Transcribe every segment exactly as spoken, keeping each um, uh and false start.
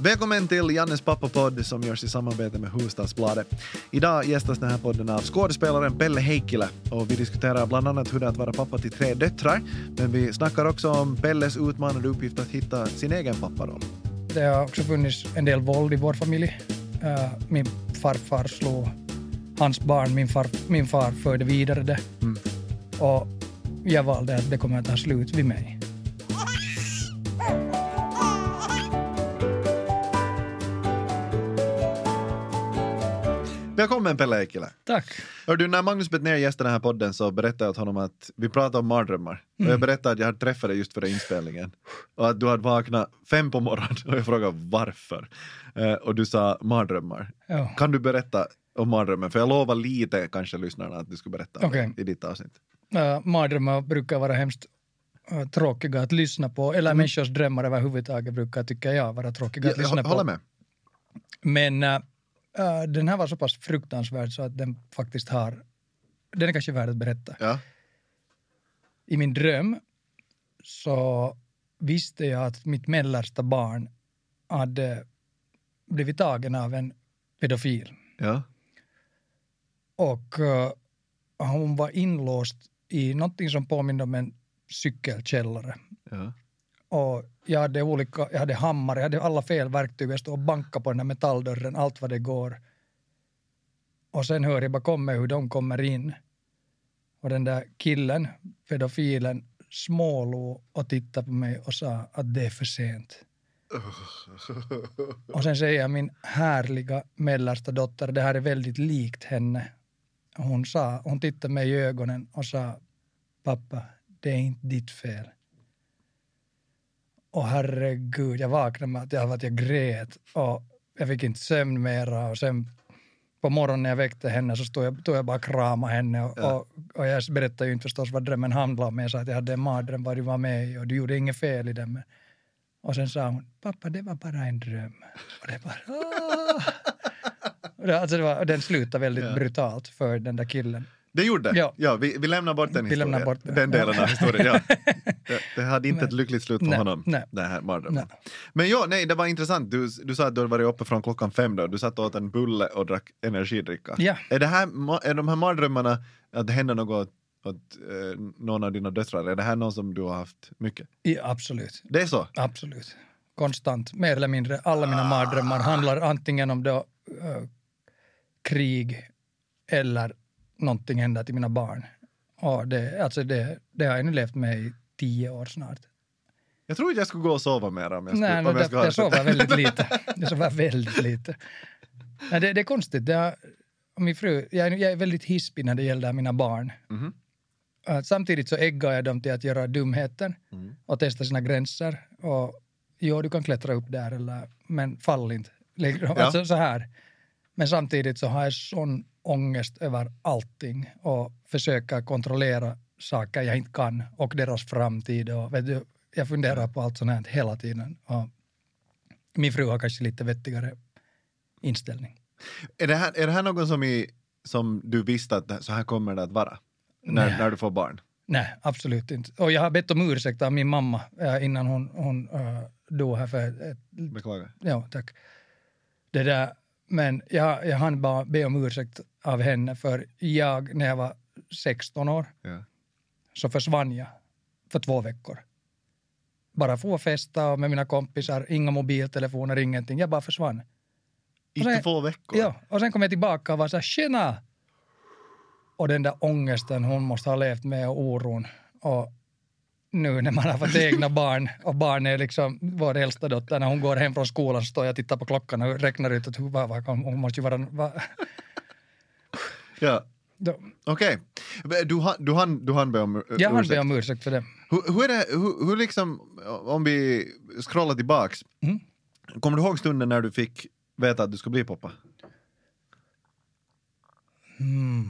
Välkommen till Jannes pappapodd som görs i samarbete med Hufvudstadsbladet. Idag gästas den här podden av skådespelaren Pelle Heikkilä och vi diskuterar bland annat hur det är att vara pappa till tre döttrar. Men vi snackar också om Pelles utmanande uppgift att hitta sin egen papparoll. Det har också funnits en del våld i vår familj. Uh, min farfar slog hans barn, min far, min far förde vidare det. Mm. Och jag valde att det kommer att ta slut vid mig. Välkommen Pelle Heikkilä. Tack. Hör du, när Magnus Bettner gästade den här podden så berättade jag åt honom att vi pratade om mardrömmar. Mm. Och jag berättade att jag hade träffat dig just för inspelningen. Och att du hade vaknat fem på morgonen och jag frågade varför. Uh, och du sa mardrömmar. Ja. Kan du berätta om mardrömmen? För jag lovar lite kanske lyssnarna att du skulle berätta okay. i ditt avsnitt. Uh, mardrömmar brukar vara hemskt uh, tråkiga att lyssna på. Eller mm. människors drömmar överhuvudtaget brukar, tycker jag, vara tråkiga att ja, lyssna jag, på. Håller med. Men uh, uh, den här var så pass fruktansvärd så att den faktiskt har... Den är kanske värd att berätta. Ja. I min dröm så visste jag att mitt mellersta barn hade blivit tagen av en pedofil. Ja. Och uh, hon var inlåst i någonting som påminner om en cykelkällare. Ja. Och jag hade olika, jag hade hammare, jag hade alla fel verktyg. Jag stod och bankade på den här metalldörren, allt vad det går. Och sen hör jag bakom mig hur de kommer in. Och den där killen, pedofilen, smålog och tittade på mig och sa att det är för sent. Och sen säger jag min härliga mellersta dotter, det här är väldigt likt henne. Hon sa, hon tittade mig i ögonen och sa, pappa, det är inte ditt fel. Och herregud, jag vaknade med att jag, att jag grät och jag fick inte sömn mera. Och sen på morgonen när jag väckte henne så stod jag, stod jag bara och kramade henne. Och, ja. och, och jag berättade ju inte förstås vad drömmen handlade om. Jag sa att jag hade en mardröm vad du var med i och du gjorde inget fel i den. Och sen sa hon, pappa, det var bara en dröm. Och det bara, det, alltså det var, den slutade väldigt ja. brutalt för den där killen. Det gjorde? Ja. ja vi, vi lämnar bort den vi historien. Lämnar bort den. den delen av historien, ja. Det, det hade inte men, ett lyckligt slut för nej, honom, nej. den här mardrömmen. Men ja, nej, det var intressant. Du, du sa att du hade varit uppe från klockan fem då. Du satt och åt en bulle och drack energidricka. Ja. Är, det här, är de här mardrömmarna att det händer något åt eh, någon av dina döttrar? Är det här någon som du har haft mycket? Ja, absolut. Det är så? Absolut. Konstant, mer eller mindre. Alla mina ah. mardrömmar handlar antingen om då, uh, krig eller någonting händer till mina barn. Och det, alltså det, det har jag nu levt med i tio år snart. Jag tror inte jag skulle gå och sova mer om jag skulle. Nej, om jag, jag, skulle jag sover väldigt lite. Jag sover väldigt lite. Nej, det, det är konstigt. Det har, min fru, jag, jag är väldigt hispig när det gäller mina barn. Mm-hmm. Uh, samtidigt så äggar jag dem till att göra dumheter mm. och testa sina gränser. Och jo, du kan klättra upp där, eller, men fall inte. Alltså ja. så här. Men samtidigt så har jag sån ångest över allting och försöka kontrollera saker jag inte kan och deras framtid. Och, vet du, jag funderar på allt sånt här hela tiden. Och min fru har kanske lite vettigare inställning. Är det här, är det här något som, i, som du visste att så här kommer det att vara när, när du får barn? Nej, absolut inte. Och jag har bett om ursäkt av min mamma äh, innan hon, hon äh, dog här för... Äh, Beklagar. Ja, tack. Det där... Men jag, jag hann bara be om ursäkt av henne för jag, när jag var sexton år, ja. så försvann jag för två veckor. Bara få festa med mina kompisar, inga mobiltelefoner, ingenting. Jag bara försvann. I sen, två veckor? Ja, och sen kom jag tillbaka och var så här, tjena! Och den där ångesten hon måste ha levt med och oron. Och nu när man har fått egna barn och barn är liksom vår äldsta dotter, när hon går hem från skolan så står jag och tittar på klockan och räknar ut att hon, hon måste ju vara... Va? Ja, okej. Okay. Du, du hann du han be om ursäkt? Jag hann be om ursäkt för det. Hur, hur är det, hur, hur liksom, om vi scrollar tillbaks, mm. kommer du ihåg stunden när du fick veta att du ska bli pappa? Mm.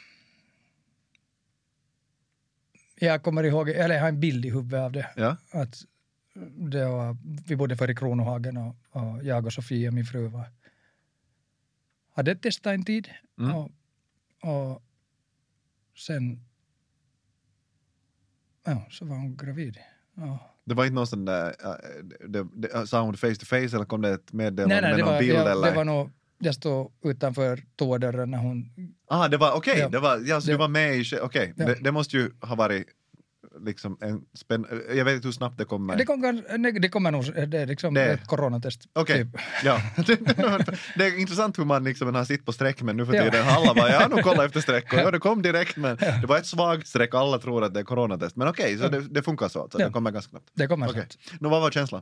Jag kommer ihåg, eller jag har en bild i huvudet av det. Ja. Att det var, vi bodde för i Kronohagen och, och jag och Sofia, min fru, var, hade testat en tid. Mm. Och, och sen ja, så var hon gravid. Ja. Det var inte någon sån där, äh, det, det, sa hon face to face eller kom det ett meddelande nej, nej, med det någon var, bild? jag, eller? det var nog, jag stod utanför toadörren när hon... Ah, det var okej, okay, ja. det var, ja, så det, du var med i, okej, okay. ja. det, det måste ju ha varit liksom en spänn... Jag vet inte hur snabbt det kommer. Det, kom, det kommer nog, det är liksom det... ett coronatest. Okej, okay. Typ. Ja. Det är intressant hur man liksom har sitt på sträck, men nu för tiden ja. alla bara, ja, nu kolla efter sträck och ja, det kom direkt, men ja. det var ett svagt sträck, alla tror att det är coronatest. Men okej, okay, så det, det funkar så alltså, ja. det kommer ganska snabbt. Det kommer okay. snabbt. Nu, vad var känslan?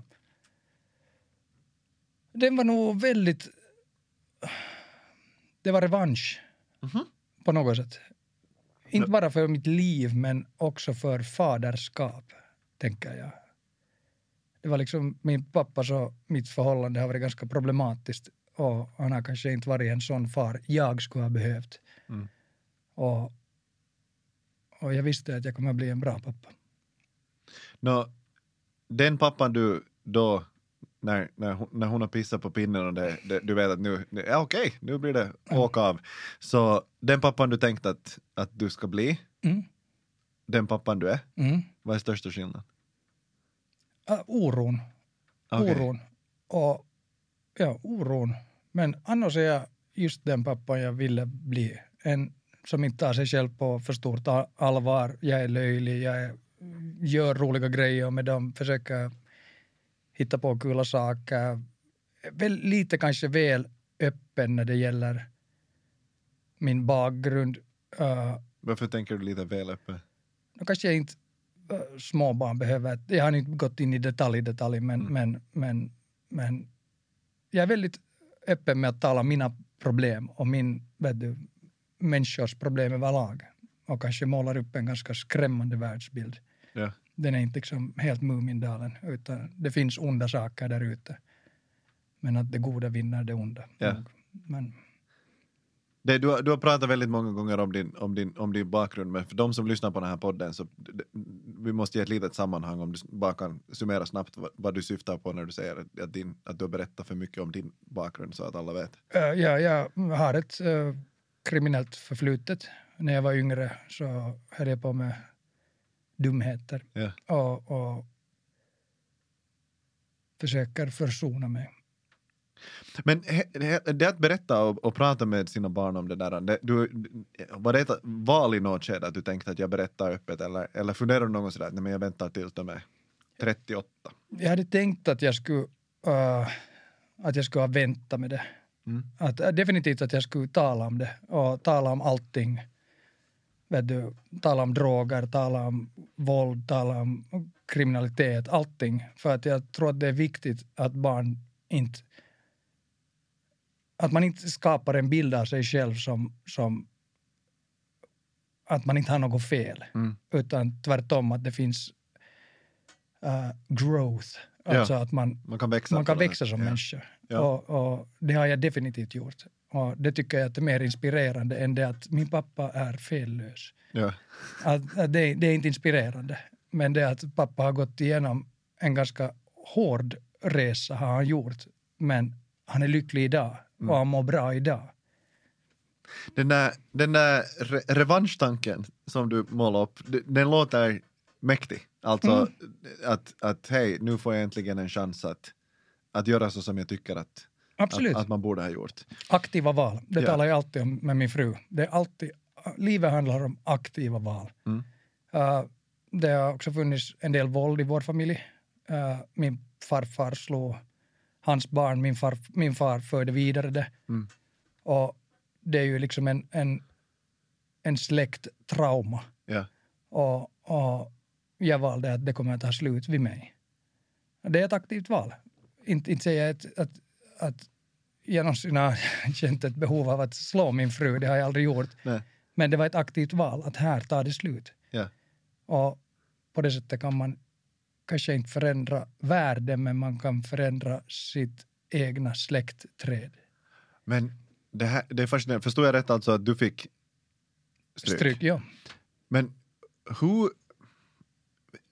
Den var nog väldigt... Det var revansch. Mm-hmm. På något sätt. Inte bara för mitt liv, men också för faderskap, tänker jag. Det var liksom min pappa, så mitt förhållande har varit ganska problematiskt. Och han har kanske inte varit en sån far jag skulle ha behövt. Mm. Och, och jag visste att jag kommer bli en bra pappa. Nå, den pappan du då, när, när, hon, när hon har pissat på pinnen och det, det, du vet att nu, ja okej, okay, nu blir det åka av. Så den pappan du tänkte att, att du ska bli, mm. den pappan du är, mm. vad är största skillnaden? Uh, oron. Okay. Oron. Och ja, oron. Men annars är jag just den pappan jag ville bli. En som inte tar sig själv på för stort allvar. Jag är löjlig, jag är, gör roliga grejer med dem, försöker hitta på kula saker. Väl, lite kanske väl öppen när det gäller min bakgrund. Uh, Varför tänker du lite väl öppen? Kanske inte uh, småbarn behöver, jag har inte gått in i detalj detalj, men, mm. men, men, men jag är väldigt öppen med att tala om mina problem och min, vet du, människors problem överlag. Och kanske målar upp en ganska skrämmande världsbild. Ja. Den är inte liksom helt Mumindalen, utan det finns onda saker där ute. Men att det goda vinner det onda. Ja. Men... Det, du, har, du har pratat väldigt många gånger om din, om, din, om din bakgrund, men för de som lyssnar på den här podden så det, vi måste ge ett litet sammanhang om du bara kan summera snabbt vad, vad du syftar på när du säger att, att, din, att du har berättat för mycket om din bakgrund så att alla vet. Uh, ja, jag har ett uh, kriminellt förflutet. När jag var yngre så höll jag på med dumheter. Ja. Och, och försöker försona mig. Men he, he, det att berätta och, och prata med sina barn om det där, det, du, var det ett val i något skede att du tänkte att jag berättar öppet eller, eller funderar du någon sådär att nej, men jag väntar tills de är trettioåtta? Jag hade tänkt att jag skulle, uh, att jag skulle ha väntat med det. Mm. Att, uh, definitivt att jag skulle tala om det och tala om allting. Vet du, tala om droger, tala om våld, tala om kriminalitet, allting. För att jag tror att det är viktigt att barn inte... Att man inte skapar en bild av sig själv som... som att man inte har något fel. Mm. Utan tvärtom att det finns uh, growth. Alltså ja. att man, man kan växa, man kan växa som ja. människa. Ja. Och, och det har jag definitivt gjort. Och det tycker jag att är mer inspirerande än det att min pappa är fellös. Ja. Att, att det, det är inte inspirerande. Men det att pappa har gått igenom en ganska hård resa har han gjort. Men han är lycklig idag och mm. han mår bra idag. Den där, den där re- revanschtanken som du målar upp, den låter mäktig. Alltså mm. att, att hej, nu får jag äntligen en chans att, att göra så som jag tycker att, att, att man borde ha gjort. Aktiva val, det ja. talar jag alltid om med min fru. Det är alltid, livet handlar om aktiva val. Mm. Uh, det har också funnits en del våld i vår familj. Uh, min farfar slog hans barn, min far, min far förde vidare det. Mm. Och det är ju liksom en, en, en släkttrauma. Ja. Och, och jag valde att det kommer att ta slut vid mig. Det är ett aktivt val. Inte, inte säger jag att, att, att jag någonsin har känt ett behov av att slå min fru. Det har jag aldrig gjort. Nej. Men det var ett aktivt val att här tar det slut. Ja. Och på det sättet kan man kanske inte förändra världen, men man kan förändra sitt egna släktträd. Men det, här, det är fascinerande. Förstår jag rätt alltså att du fick stryk? Stryk, ja. Men hur...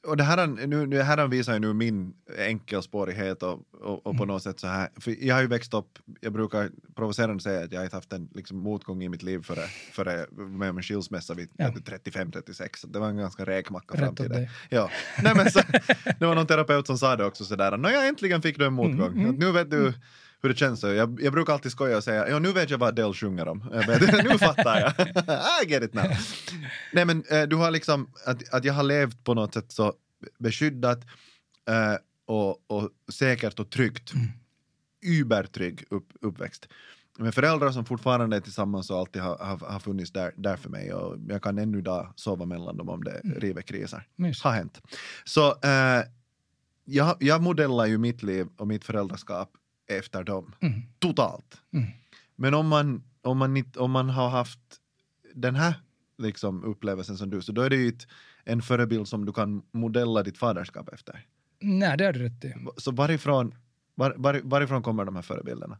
och det här, nu, det här visar ju nu min enkelspårighet och, och, och på något sätt så här, för jag har ju växt upp, jag brukar provocerande säga att jag har inte haft en liksom, motgång i mitt liv före, före med en skilsmässa vid ja. trettiofem trettiosex, det var en ganska räkmacka fram till det. Ja. Nej, men så, det var någon terapeut som sa det också sådär, när jag äntligen fick du en motgång, mm, mm, nu vet du hur det känns. Jag, jag brukar alltid skoja och säga, ja nu vet jag vad Adele sjunger om. Nu fattar jag. I get it now. Nej men uh, du har liksom, att, att jag har levt på något sätt så beskyddat uh, och, och säkert och tryggt. Mm. Übertrygg upp, uppväxt. Med föräldrar som fortfarande är tillsammans och alltid har, har, har funnits där, där för mig. Och jag kan ännu idag sova mellan dem om det mm. river kriser. Har hänt. Så uh, jag, jag modellar ju mitt liv och mitt föräldraskap efter dem. Mm. Totalt. Mm. Men om man, om, man, om man har haft den här liksom, upplevelsen som du, så då är det ju ett, en förebild som du kan modella ditt faderskap efter. Nej, det är du rätt i. Så varifrån, var, var, varifrån kommer de här förebilderna?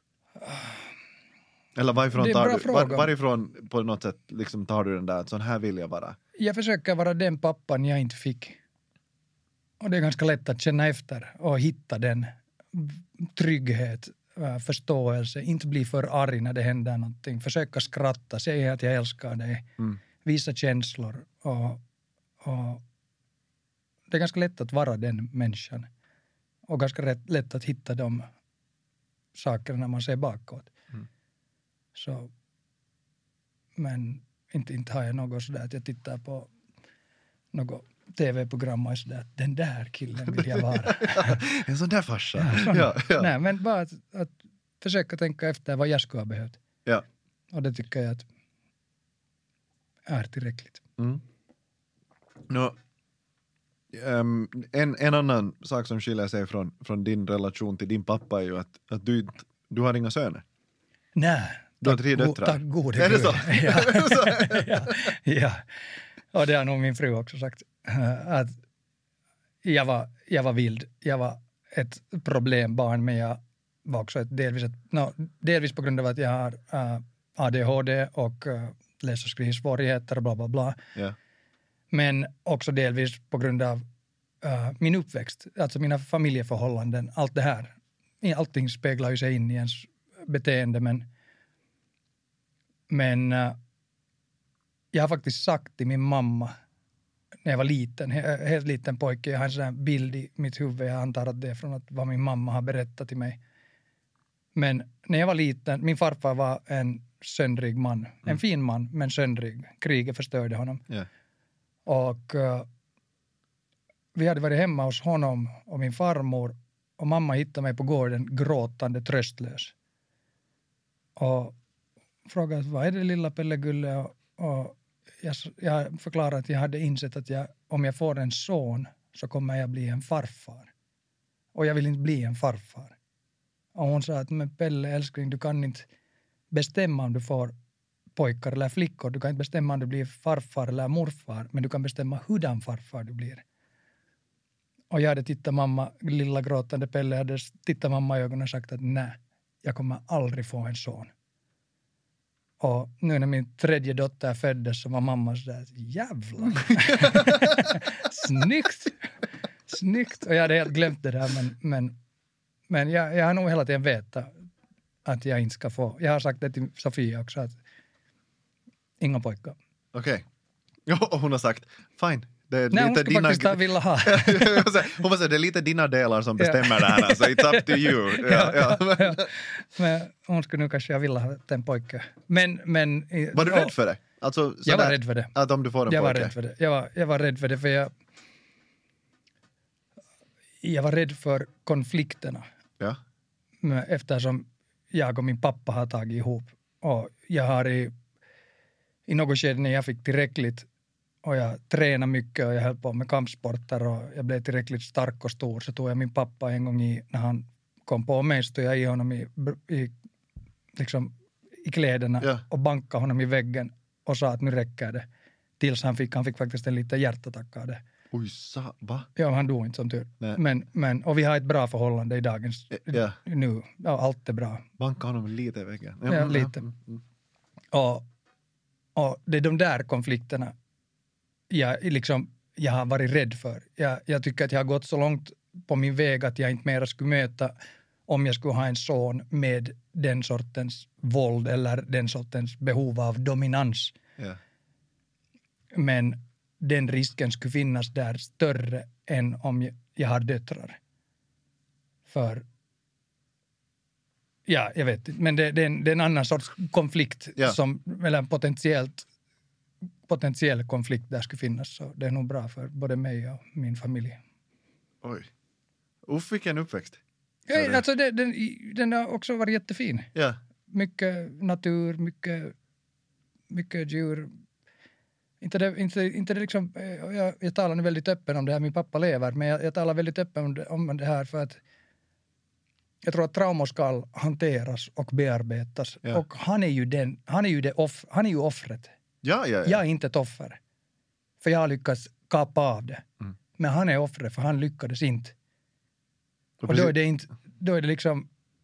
Eller varifrån, tar du, var, varifrån på något sätt liksom, tar du den där, att sån här vill jag vara? Jag försöker vara den pappan jag inte fick. Och det är ganska lätt att känna efter och hitta den trygghet, förståelse, inte bli för arg när det händer någonting, försöka skratta, säga att jag älskar dig, mm. visa känslor och, och det är ganska lätt att vara den människan och ganska rätt, lätt att hitta de sakerna när man ser bakåt. Mm. Så men inte, inte har jag något sådär att jag tittar på något tv-program och sådär, den där killen vill jag vara. Ja, en sån där farsa. Ja, ja, ja. Nej, men bara att, att försöka tänka efter vad jag skulle ha behövt. Ja. Och det tycker jag att är tillräckligt. Mm. No, um, en, en annan sak som skiljer sig från, från din relation till din pappa är ju att, att du, du har inga söner. Nej. Du har tre döttrar. Tack gode är det så? Ja. ja, ja. Och det har nog min fru också sagt. Att jag var, jag var vild. Jag var ett problembarn, men jag var också ett delvis, ett, no, delvis på grund av att jag har uh, A D H D och uh, läs- och skrivsvårigheter och bla bla bla. Yeah. Men också delvis på grund av uh, min uppväxt, alltså mina familjeförhållanden, allt det här. Allting speglar ju sig in i ens beteende, men, men uh, jag har faktiskt sagt till min mamma när jag var liten, helt liten pojke, jag har en sån här bild i mitt huvud, jag antar att det är från att vad min mamma har berättat till mig. Men när jag var liten, min farfar var en söndrig man, mm. en fin man, men söndrig. Kriget förstörde honom. Yeah. Och uh, vi hade varit hemma hos honom och min farmor och mamma hittade mig på gården gråtande, tröstlös. Och frågade, vad är det lilla Pellegulle? Och, och jag, jag förklarade att jag hade insett att jag, om jag får en son så kommer jag bli en farfar. Och jag vill inte bli en farfar. Och hon sa att, men Pelle älskling, du kan inte bestämma om du får pojkar eller flickor. Du kan inte bestämma om du blir farfar eller morfar, men du kan bestämma hurdan farfar du blir. Och jag hade tittat mamma, lilla gråtande Pelle, hade tittat mamma i ögonen och sagt att nej, jag kommer aldrig få en son. Och nu när min tredje dotter föddes så var mamma sådär, jävlar. Snyggt. Snyggt. Och jag hade helt glömt det där, men, men, men jag, jag har nog hela tiden vetat att jag inte ska få. Jag har sagt det till Sofia också, att inga pojkar. Okej. Okay. Och hon har sagt, fine. Det är nej, lite hon skulle faktiskt vilja ha. Hon säger, det är lite dina delar som bestämmer det här. Alltså, it's up to you. Ja, ja. Ja. Men hon skulle nu kanske vilja ha en pojke. Men, men, var du rädd för det? Alltså, jag var rädd för det. Att om du får en jag pojke? Var rädd för det. Jag, var, jag var rädd för det, för jag... Jag var rädd för konflikterna. Ja. Eftersom jag och min pappa har tagit ihop. Och jag har i, i något skede när jag fick tillräckligt och jag tränade mycket och jag höll på med kampsporter och jag blev tillräckligt stark och stor, så tog jag min pappa en gång i, när han kom på mig, stod jag i honom i, i, liksom, i kläderna yeah. och bankade honom i väggen och sa att nu räcker det. Tills han fick, han fick faktiskt en liten hjärtattack av det. Oj, sa, va? Ja, han dog inte som tur. Men, men, och vi har ett bra förhållande i dagens yeah. nu. Ja, allt är bra. Banka honom lite i väggen. Ja, ja lite. Mm, mm. Och, och det är de där konflikterna jag liksom jag har varit rädd för. Jag, jag tycker att jag har gått så långt på min väg att jag inte mer skulle möta om jag skulle ha en son med den sortens våld eller den sortens behov av dominans. Ja. Men den risken skulle finnas där större än om jag, jag har döttrar. För ja, jag vet inte. Men det, det, är en, det är en annan sorts konflikt Ja. som, eller potentiellt potentiell konflikt där skulle finnas. Så det är nog bra för både mig och min familj. Oj. Uff, vilken uppväxt. Ja, alltså det, den, den har också varit jättefin. Ja. Mycket natur, mycket, mycket djur. Inte det, inte, inte det liksom, jag, jag talar nu väldigt öppen om det här, min pappa lever, men jag, jag talar väldigt öppen om det, om det här för att jag tror att traumor ska hanteras och bearbetas. Ja. Och han är ju den, han är ju det off, han är ju offret. Ja, ja, ja. Jag är inte ett offer. För jag har lyckats kapa av det. Mm. Men han är offret för han lyckades inte. Och Och då är det inte, då är det liksom,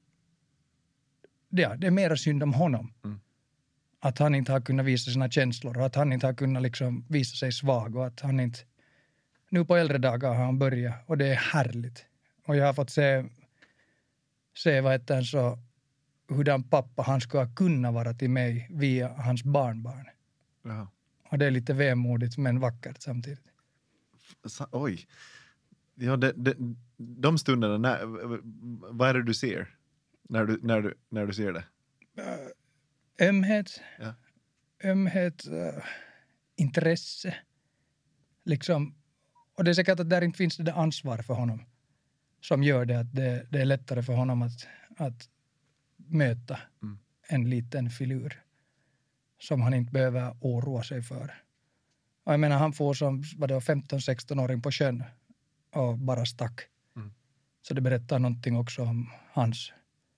ja, det är mer synd om honom. Mm. Att han inte har kunnat visa sina känslor och att han inte har kunnat liksom visa sig svag och att han inte, nu på äldre dagar har han börjat och det är härligt. Och jag har fått se, se vad heter så, hurdan pappa han skulle ha kunnat vara till mig via hans barnbarn. Ja. Och det är lite vemodigt men vackert samtidigt. Sa- Oj. Ja, det, det, de stunderna, när, vad är det du ser när du, när du, när du ser det? Ömhet, Ja. ömhet, uh, intresse, liksom. Och det är säkert att där inte finns det där ansvar för honom som gör det att det, det är lättare för honom att, att möta Mm. en liten filur som han inte behöver oroa sig för. Och jag menar, han får som vad det var, femton-sexton-åring på sjön och bara stack. Mm. Så det berättar någonting också om hans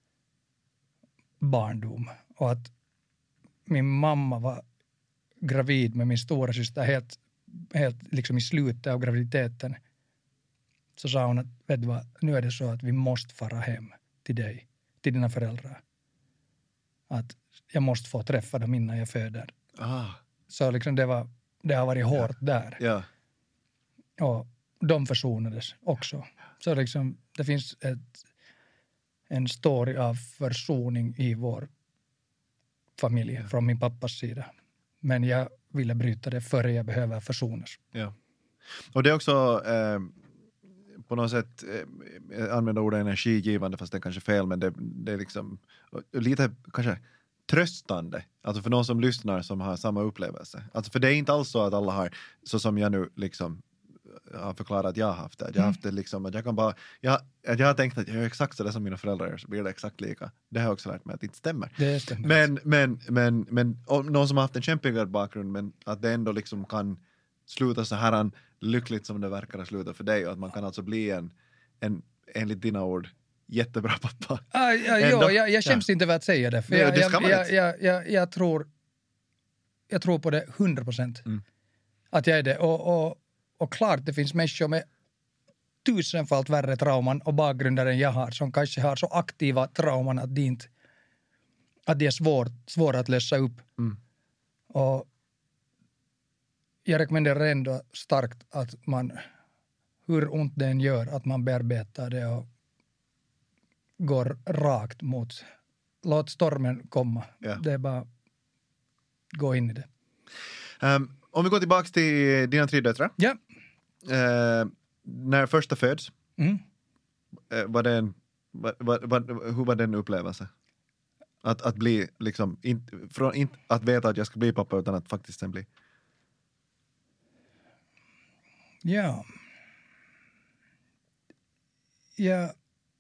barndom. Och att min mamma var gravid med min stora syster helt, helt liksom i slutet av graviditeten. Så sa hon att, vet du vad, nu är det så att vi måste fara hem till dig, till dina föräldrar. Att jag måste få träffa dem innan jag föder. Ah, Så liksom det, var, det har varit hårt Ja. där. ja. Och de försonades också. Så liksom det finns ett, en story av försoning i vår familj Ja. från min pappas sida. Men jag ville bryta det före jag behöver försonas. Ja. Och det är också eh, på något sätt eh, jag använder ordet energigivande fast det är kanske fel, men det, det är liksom lite kanske tröstande. Alltså för någon som lyssnar som har samma upplevelse. Alltså för det är inte alls så att alla har, så som jag nu liksom har förklarat att jag har haft det. Jag har haft det liksom att jag kan bara, jag, jag har tänkt att jag är exakt så det som mina föräldrar gör, så blir det exakt lika. Det har jag också lärt mig att det inte stämmer. Det stämmer. Men, men, men, men om någon som har haft en kämpigare bakgrund, men att det ändå liksom kan sluta så här lyckligt som det verkar att sluta för dig, och att man kan alltså bli en, en enligt dina ord, jättebra pappa. Ah, ja, Ändå- jo, jag, jag skäms ja. inte över att säga det. För Nej, jag, det ska man jag, inte. jag, jag, jag, jag, tror, jag tror på det hundra procent. Mm. Att jag är det. Och, och, och klart det finns människor med tusenfalt värre trauman och bakgrunder än jag har, som kanske har så aktiva trauman att det inte att det är svårt, svårt att lösa upp. Mm. Och jag rekommenderar ändå starkt att man, hur ont det än gör, att man bearbetar det och går rakt mot, låt stormen komma. Ja. Det är bara gå in i det. Um, om vi går tillbaka till dina tre döttrar. Ja. Uh, när första föds, Mm. uh, var det en, var, var, var, hur var den upplevelse? Att, att bli liksom, in, från, in, att veta att jag ska bli pappa utan att faktiskt sen bli. Ja. Ja.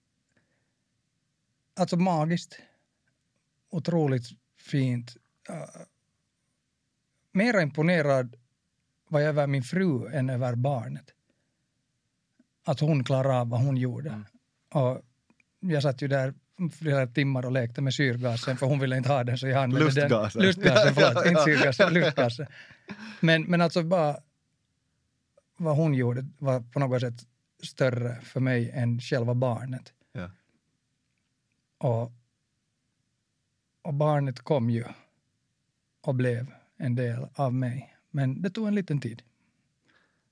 Alltså magiskt. Otroligt fint. Uh, mer imponerad var jag över min fru än över barnet. Att hon klarade av vad hon gjorde. Mm. Och jag satt ju där flera timmar och lekte med syrgasen, för hon ville inte ha den, så jag använde Lustgasen. den. Lustgasen. Förlåt, Ja, ja, ja. inte syrgasen, lustgasen. Men, men alltså bara vad hon gjorde var på något sätt större för mig än själva barnet. Ja. Och, och barnet kom ju och blev en del av mig. Men det tog en liten tid.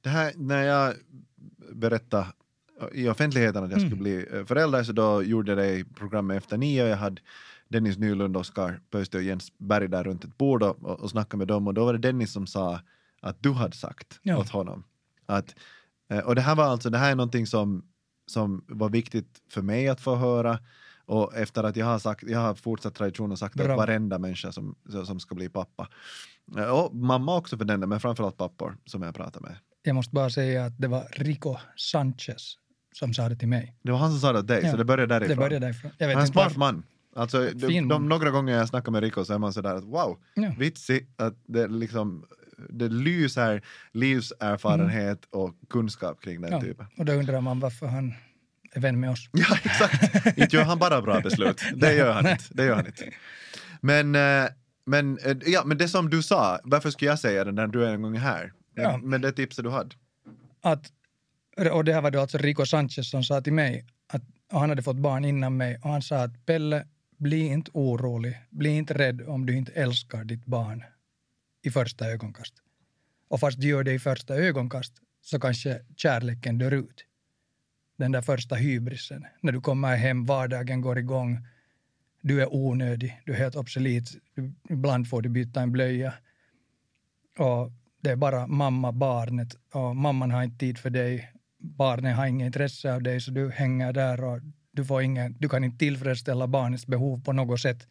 det här, när jag berättade i offentligheten att jag skulle bli förälder, så då gjorde jag det i programmet Efter nio, och jag hade Dennis Nylund, Oskar Pöyste och Jens Berg där runt ett bord och, och snackade med dem, och då var det Dennis som sa att du hade sagt ja. åt honom att, och det här var alltså, det här är någonting som, som var viktigt för mig att få höra, och efter att jag har sagt, jag har fortsatt tradition och sagt Bra. att varenda människa som, som ska bli pappa, och mamma också för den, men framförallt pappor som jag pratar med. Jag måste bara säga att det var Rico Sanchez som sa det till mig. Det var han som sa det till dig, ja. Så det började därifrån. Det började därifrån. Jag vet han är en inte smart varför. man. Alltså, de, de, några gånger jag snackar med Rico så är man sådär att wow, ja. vitsigt att det liksom det lyser livserfarenhet mm. och kunskap kring den ja. typen. Och då undrar man varför han är vän med oss. Ja, exakt. Inte gör han bara bra beslut. Det gör han inte. Det gör han inte. Men, men, ja, men det som du sa, varför skulle jag säga det när du är en gång här? Ja. Men det tipset du hade. Att, och det här var då alltså Rico Sanchez som sa till mig att han hade fått barn innan mig, och han sa att Pelle, bli inte orolig, bli inte rädd om du inte älskar ditt barn i första ögonkast. Och fast du gör det i första ögonkast så kanske kärleken dör ut. Den där första hybrisen, när du kommer hem, vardagen går igång, du är onödig, du är helt obsolet, du, ibland får du byta en blöja och det är bara mamma, barnet, och mamman har inte tid för dig, barnet har inget intresse av dig, så du hänger där och du, får ingen, du kan inte tillfredsställa barnets behov på något sätt.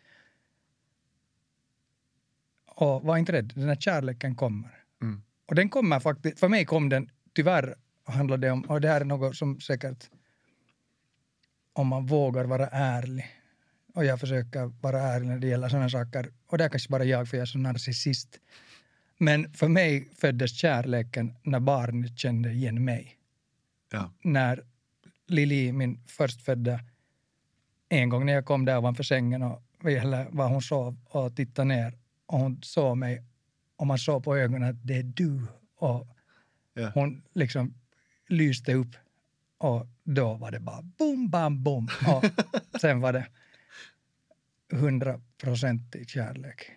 Och var inte rädd, den här kärleken kommer. Mm. Och den kommer faktiskt, för mig kom den, tyvärr handlade det om, och det här är något som säkert, om man vågar vara ärlig, och jag försöker vara ärlig när det gäller sådana saker, och det är kanske bara jag för jag är så narcissist. Men för mig föddes kärleken när barnet kände igen mig. Ja. När Lili, min förstfödda, en gång när jag kom där ovanför sängen och eller var hon sov och tittade ner och hon såg mig och man såg på ögonen att det är du, och ja. hon liksom lyste upp, och då var det bara boom, bam, boom, och sen var det hundraprocentig kärlek.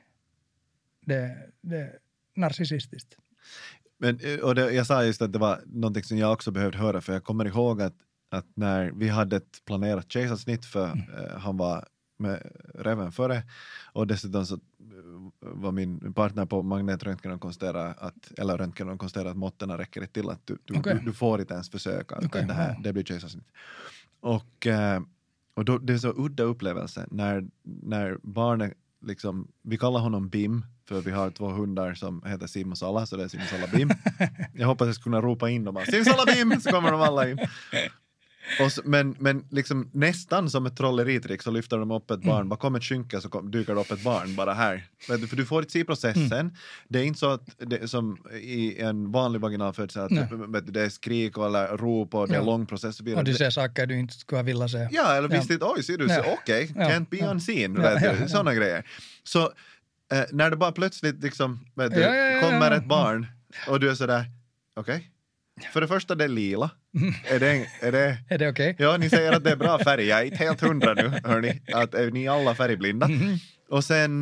Det, det narcissistiskt. Men, och det, jag sa just att det var någonting som jag också behövde höra, för jag kommer ihåg att, att när vi hade ett planerat kejsarsnitt för mm. eh, han var med reven före, och dessutom så var min partner på magnetröntgen och konstaterade att, eller röntgen och konstaterade att måtterna räcker inte till, att du, du, okay. du, du får inte ens försöka, okay. det, här, det blir kejsarsnitt. Och, eh, och då, det är så udda upplevelse när, när barnet liksom, vi kallar honom Bim, för vi har två hundar som heter Sim och Sala, så det är Sim och Sala Bim. Jag hoppas jag ska kunna ropa in dem bara, Sim Sala Bim, så kommer de alla in. Och så, men, men liksom nästan som ett trolleritrick så lyfter de upp ett barn, mm. bara kom ett skynke så kom, dyker det upp ett barn bara här. För du får inte se processen. Mm. Det är inte så att det, som i en vanlig vaginalfödsel att det är skrik eller rop och det är ja. lång process. Och, och du ser saker du inte skulle vilja se. Ja, eller visst inte, oj ser du, ja. okej, okay, can't be ja. unseen, ja. vet ja, du, ja, sådana ja. grejer. Så eh, när det bara plötsligt liksom, vet du, ja, ja, ja, kommer ja, ja. ett barn och du är sådär, okej. Okay. För det första, det är lila. Är det, är det, är det okej? Okay? Ja, ni säger att det är bra färg. Jag är inte helt hundra nu, hörni. Att är ni alla färgblinda. Mm-hmm. Och sen...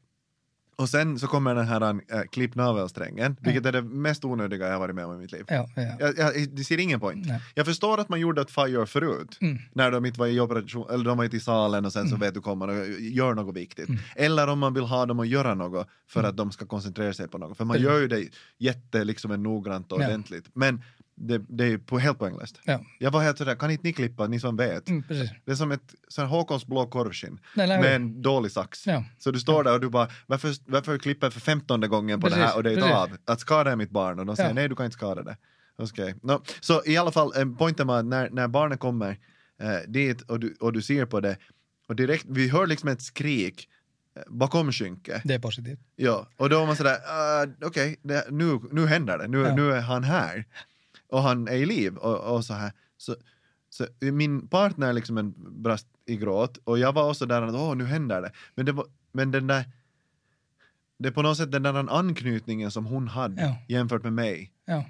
Och sen så kommer den här äh, klippnavelsträngen, mm. vilket är det mest onödiga jag har varit med om i mitt liv. Ja, ja. Jag, jag, det ser ingen point. Nej. Jag förstår att man gjorde ett fire förut. Mm. När de inte var i operation, eller de var inte i salen och sen mm. så vet du kommer och gör något viktigt. Mm. Eller om man vill ha dem att göra något för mm. att de ska koncentrera sig på något. För man mm. gör ju det jätte liksom en noggrant och ja. ordentligt. Men det, det är på helt poänglöst. Ja. Jag var helt sådär, kan inte ni klippa, ni som vet. Mm, det är som ett sån Håkons blå korvskinn med en dålig sax. Ja. Så du står där och du bara, varför, varför klipper jag för femtonde gången på precis, det här och det är ett av? Att skada mitt barn. Och de säger, ja. nej du kan inte skada det. Okay. No. Så i alla fall, poängen var att när, när barnen kommer eh, dit och du, och du ser på det och direkt, vi hör liksom ett skrik bakom skynke. Det är positivt. Ja, och då var man sådär, uh, okej, okay, nu, nu händer det. Nu, ja. nu är han här. Och han är i liv och, och så här. Så, så min partner liksom en brast i gråt och jag var också där att åh, nu händer det. Men det var, men den där det är på något sätt den där anknytningen som hon hade ja. jämfört med mig. Ja.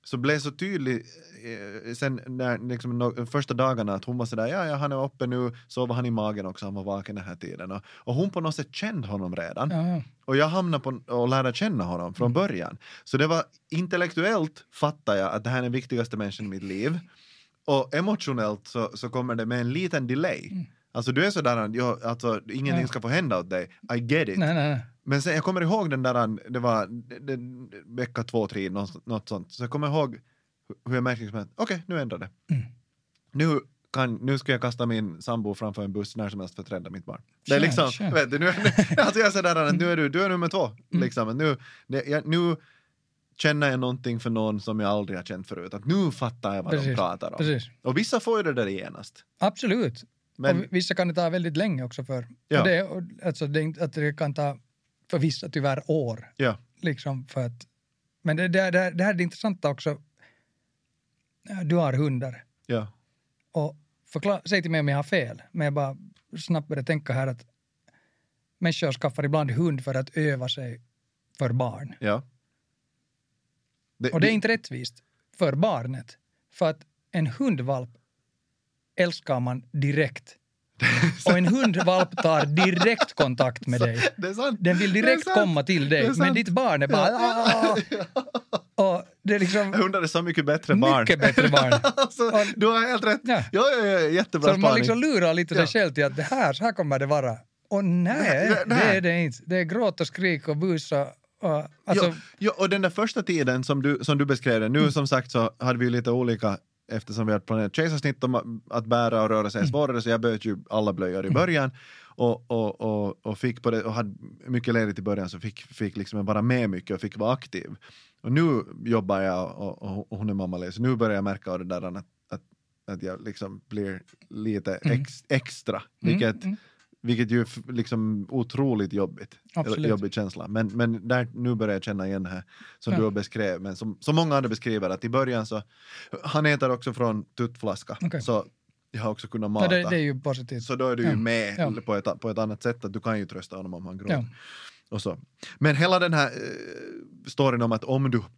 så blev så tydlig eh, sen när liksom no, första dagarna att hon var sådär, ja, ja han är uppe nu, så var han i magen också, han var vaken den här tiden och, och hon på något sätt kände honom redan Ja, ja. och jag hamnade på och lärde känna honom från början, så det var intellektuellt fattar jag att det här är den viktigaste människan i mitt liv och emotionellt så, så kommer det med en liten delay. Mm. Alltså du är sådär, jag, alltså ingenting Ja. ska få hända åt dig, I get it. Nej, nej, nej. Men sen, jag kommer ihåg den där, det var det, det, vecka två, tre, något, något sånt. Så jag kommer ihåg hur jag märkte liksom att okej, okay, nu ändrar det. Mm. Nu, kan, nu ska jag kasta min sambo framför en buss när som helst för att rädda mitt barn. Det är Skönt, liksom, skönt. vet du, nu, alltså jag är sådär att nu är du, du är nummer två. Mm. Liksom. Nu, det, jag, nu känner jag någonting för någon som jag aldrig har känt förut. Att nu fattar jag vad Precis, de pratar om. Precis. Och vissa får ju det där genast. Absolut. Men, Och vissa kan det ta väldigt länge också för. Ja. Och det, och, alltså det, är inte- att det kan ta för vissa tyvärr år. ja, Liksom för att, men det, det, det, det här är det intressanta också. Du har hundar. ja, Och förklara, säg till mig om jag har fel. Men jag bara snabbt börjar tänka här att människor skaffar ibland hund för att öva sig för barn. ja. Och det är inte rättvist för barnet. För att en hundvalp älskar man direkt. Och en hundvalp tar direkt kontakt med dig. Det är sant. Den vill direkt Det är sant. komma till Det är dig. sant. Men ditt barn är bara... "Ah." Och det är liksom Hundar är så mycket bättre barn. mycket bättre barn. alltså, Och- du har helt rätt. Ja. Ja, ja, ja, jättebra Så man spaning. liksom lurar lite sig Ja. själv till att det här, så här kommer det vara. Och nej, Nej, nej, det nej. är det inte. Det är gråt och skrik och bus och... och alltså, ja, ja, och den där första tiden som du, som du beskrev det, nu Mm. som sagt så hade vi ju lite olika eftersom vi hade planerat kejsarsnitt om att bära och röra sig Mm. svårare så jag böt ju alla blöjor i början och, och, och, och fick på det och hade mycket ledigt i början så fick, fick liksom vara med mycket och fick vara aktiv. Och nu jobbar jag och, och, och hon är mammaledig så nu börjar jag märka av det där att, att, att jag liksom blir lite ex, extra vilket mm, mm. Vilket ju f- liksom otroligt jobbigt. Absolut. Eller jobbig känsla. Men, men där, nu börjar jag känna igen det här som Ja. du har beskrev. Men som, som många andra beskriver att i början så han äter också från tuttflaska. Okej. Så jag har också kunnat Ja, mata. det, det är ju positivt. Så då är du Ja. ju med Ja. på, ett, på ett annat sätt att du kan ju trösta honom om han gråter. Ja. Och så. Men hela den här eh, storyn om att om du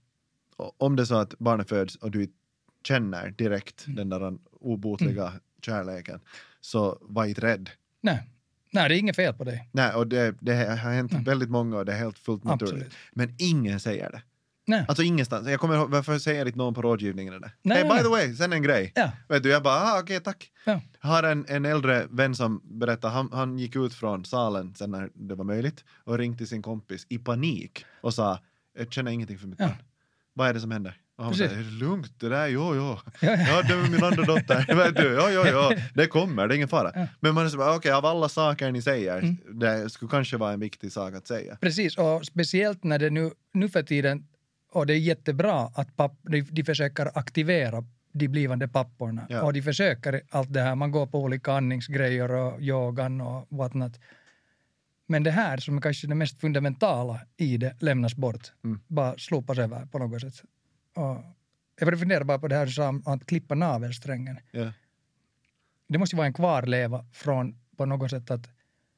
om det är så att barnet föds och du känner direkt Mm. den där obotliga kärleken så var inte rädd. Nej. Nej, det är inget fel på dig. Nej, och det, det har hänt Mm. väldigt många och det är helt fullt naturligt. Absolut. Men ingen säger det. Nej. Alltså ingenstans. Jag kommer ihåg, varför säger inte någon på rådgivningen det? Nej, Hey, by nej, the way, sen en grej. Ja. Vet du, jag bara, ah, okej, tack. Ja. Jag har en, en äldre vän som berättar, han, han gick ut från salen sen när det var möjligt och ringde sin kompis i panik och sa, jag känner ingenting för mitt Ja. barn. Vad är det som händer? Och han Precis. sa, är det lugnt? Det där, jo, jo. Ja, ja. Ja, det är min andra dotter. Vet du, ja, ja, ja. Det kommer, det är ingen fara. Ja. Men man är så, okej, okay, av alla saker ni säger, Mm. det skulle kanske vara en viktig sak att säga. Precis, och speciellt när det nu, nu för tiden, och det är jättebra att papp, de, de försöker aktivera de blivande papporna. Ja. Och de försöker allt det här, man går på olika andningsgrejer och yogan och whatnot. Men det här som är kanske det mest fundamentala i det lämnas bort. Mm. Bara slopas över på något sätt. Och jag började fundera bara på det här du sa om att klippa navelsträngen. Ja. Det måste ju vara en kvarleva från på något sätt att,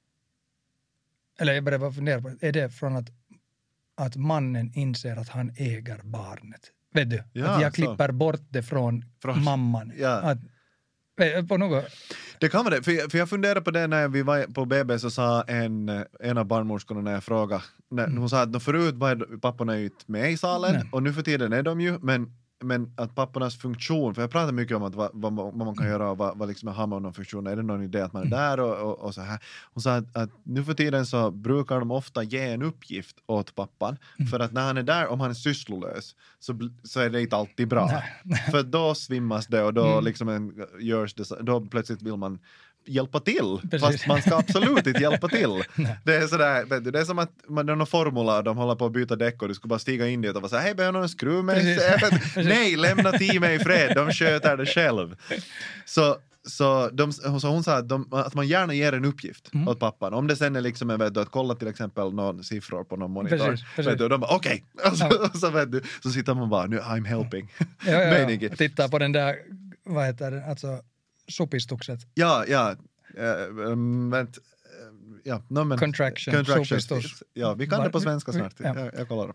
eller jag började bara fundera på, är det från att, att mannen inser att han äger barnet? Vet du? Ja, att jag så. klipper bort det från, Från- mamman. Ja. Att, eh, på något, Det kan vara det, för jag, för jag funderade på det när vi var på B B så sa en, en av barnmorskorna när jag frågade, när, hon sa att förut var papporna ju inte med i salen Nej. och nu för tiden är de ju, men, men att pappornas funktion, för jag pratar mycket om att vad, vad, vad man kan göra och vad, vad liksom har man någon funktion, är det någon idé att man är där och, och, och så här. Hon sa att, att nu för tiden så brukar de ofta ge en uppgift åt pappan, för att när han är där, om han är sysslolös så, bl- så är det inte alltid bra. För då svimmas det och då Mm. liksom en, görs det, så- då plötsligt vill man hjälpa till, Precis. fast man ska absolut inte hjälpa till. Nej. Det är sådär, vet du, det är som att man har någon formula och de håller på att byta däck och du ska bara stiga in dit och vara såhär, hej, behöver någon skruv med? Precis. Nej, lämna teamet i fred, de sköter det själv. Så, så, de, så hon sa att, de, att man gärna ger en uppgift Mm. åt pappan. Om det sen är liksom, vet du, att kolla till exempel någon siffror på någon monitor. Precis, precis. Vet du, och de bara, okej. Och så, Ja. och så, vet du, så sitter man bara, nu I'm helping. ja, ja, Meningen. ja. Titta på den där, vad heter det, alltså supistukset. Ja, ja. Uh, um, vänt, uh, ja, no, men, Contraction, contraction. sopistus. Ja, vi kan det på svenska Va- snart. ja. Jag, jag kollar upp det.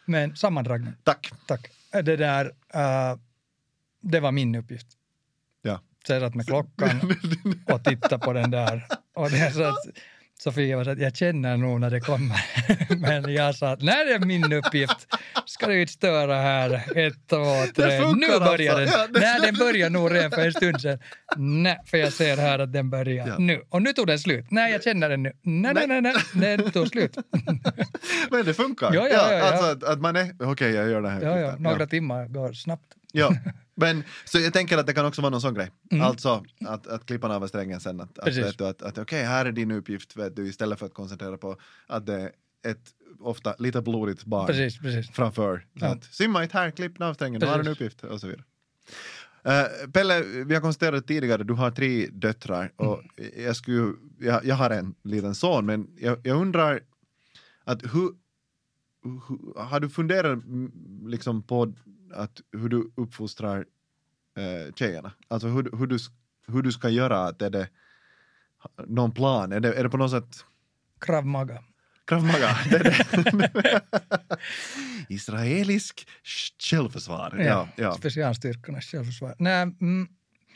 Men sammandragning. Tack. Tack. Det där, uh, det var min uppgift. Ja. Så jag satt med klockan och tittade på den där. Och det är så att Sofia var så att jag känner nog när det kommer. Men jag sa att nej, det är min uppgift. Ska du inte störa här? Ett, två, tre. Nu börjar den. Ja, det... Nej, den börjar nog redan för en stund sedan. Nej, för jag ser här att den börjar ja. nu. Och nu tog den slut. Nej, jag känner den nu. Nej, nej, nej, nej. Den tog slut. Men det funkar. Ja, ja, ja. ja. Alltså att, att man är, okej, okay, jag gör det här. Ja, ja. Några ja. timmar går snabbt. Ja, men så jag tänker att det kan också vara någon sån grej. Mm. Alltså att, att klippa av strängen sen. Att, att, att, att, att okej, okay, här är din uppgift, vet du, istället för att koncentrera på att det är ett ofta lite blodigt barn precis, precis. framför. Ja. Att, simma inte här, klipp av strängen, du har en uppgift och så vidare. Uh, Pelle, vi har konstaterat tidigare, du har tre döttrar och mm. jag, skulle, jag, jag har en liten son, men jag, jag undrar att hur, hur har du funderat liksom på att hur du uppfostrar eh, tjejerna? Alltså hur, hur, du, hur du ska göra, att är det någon plan? Är det, är det på något sätt? Krav Maga. Krav Maga, det är det. Israelisk självförsvar. Ja, ja, ja. Specialstyrkornas självförsvar. Nej, mm,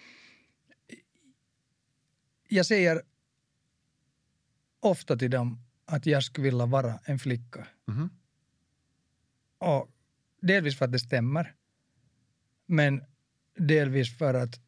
jag säger ofta till dem att jag skulle vilja vara en flicka. Mm-hmm. Och delvis för att det stämmer. Men delvis för att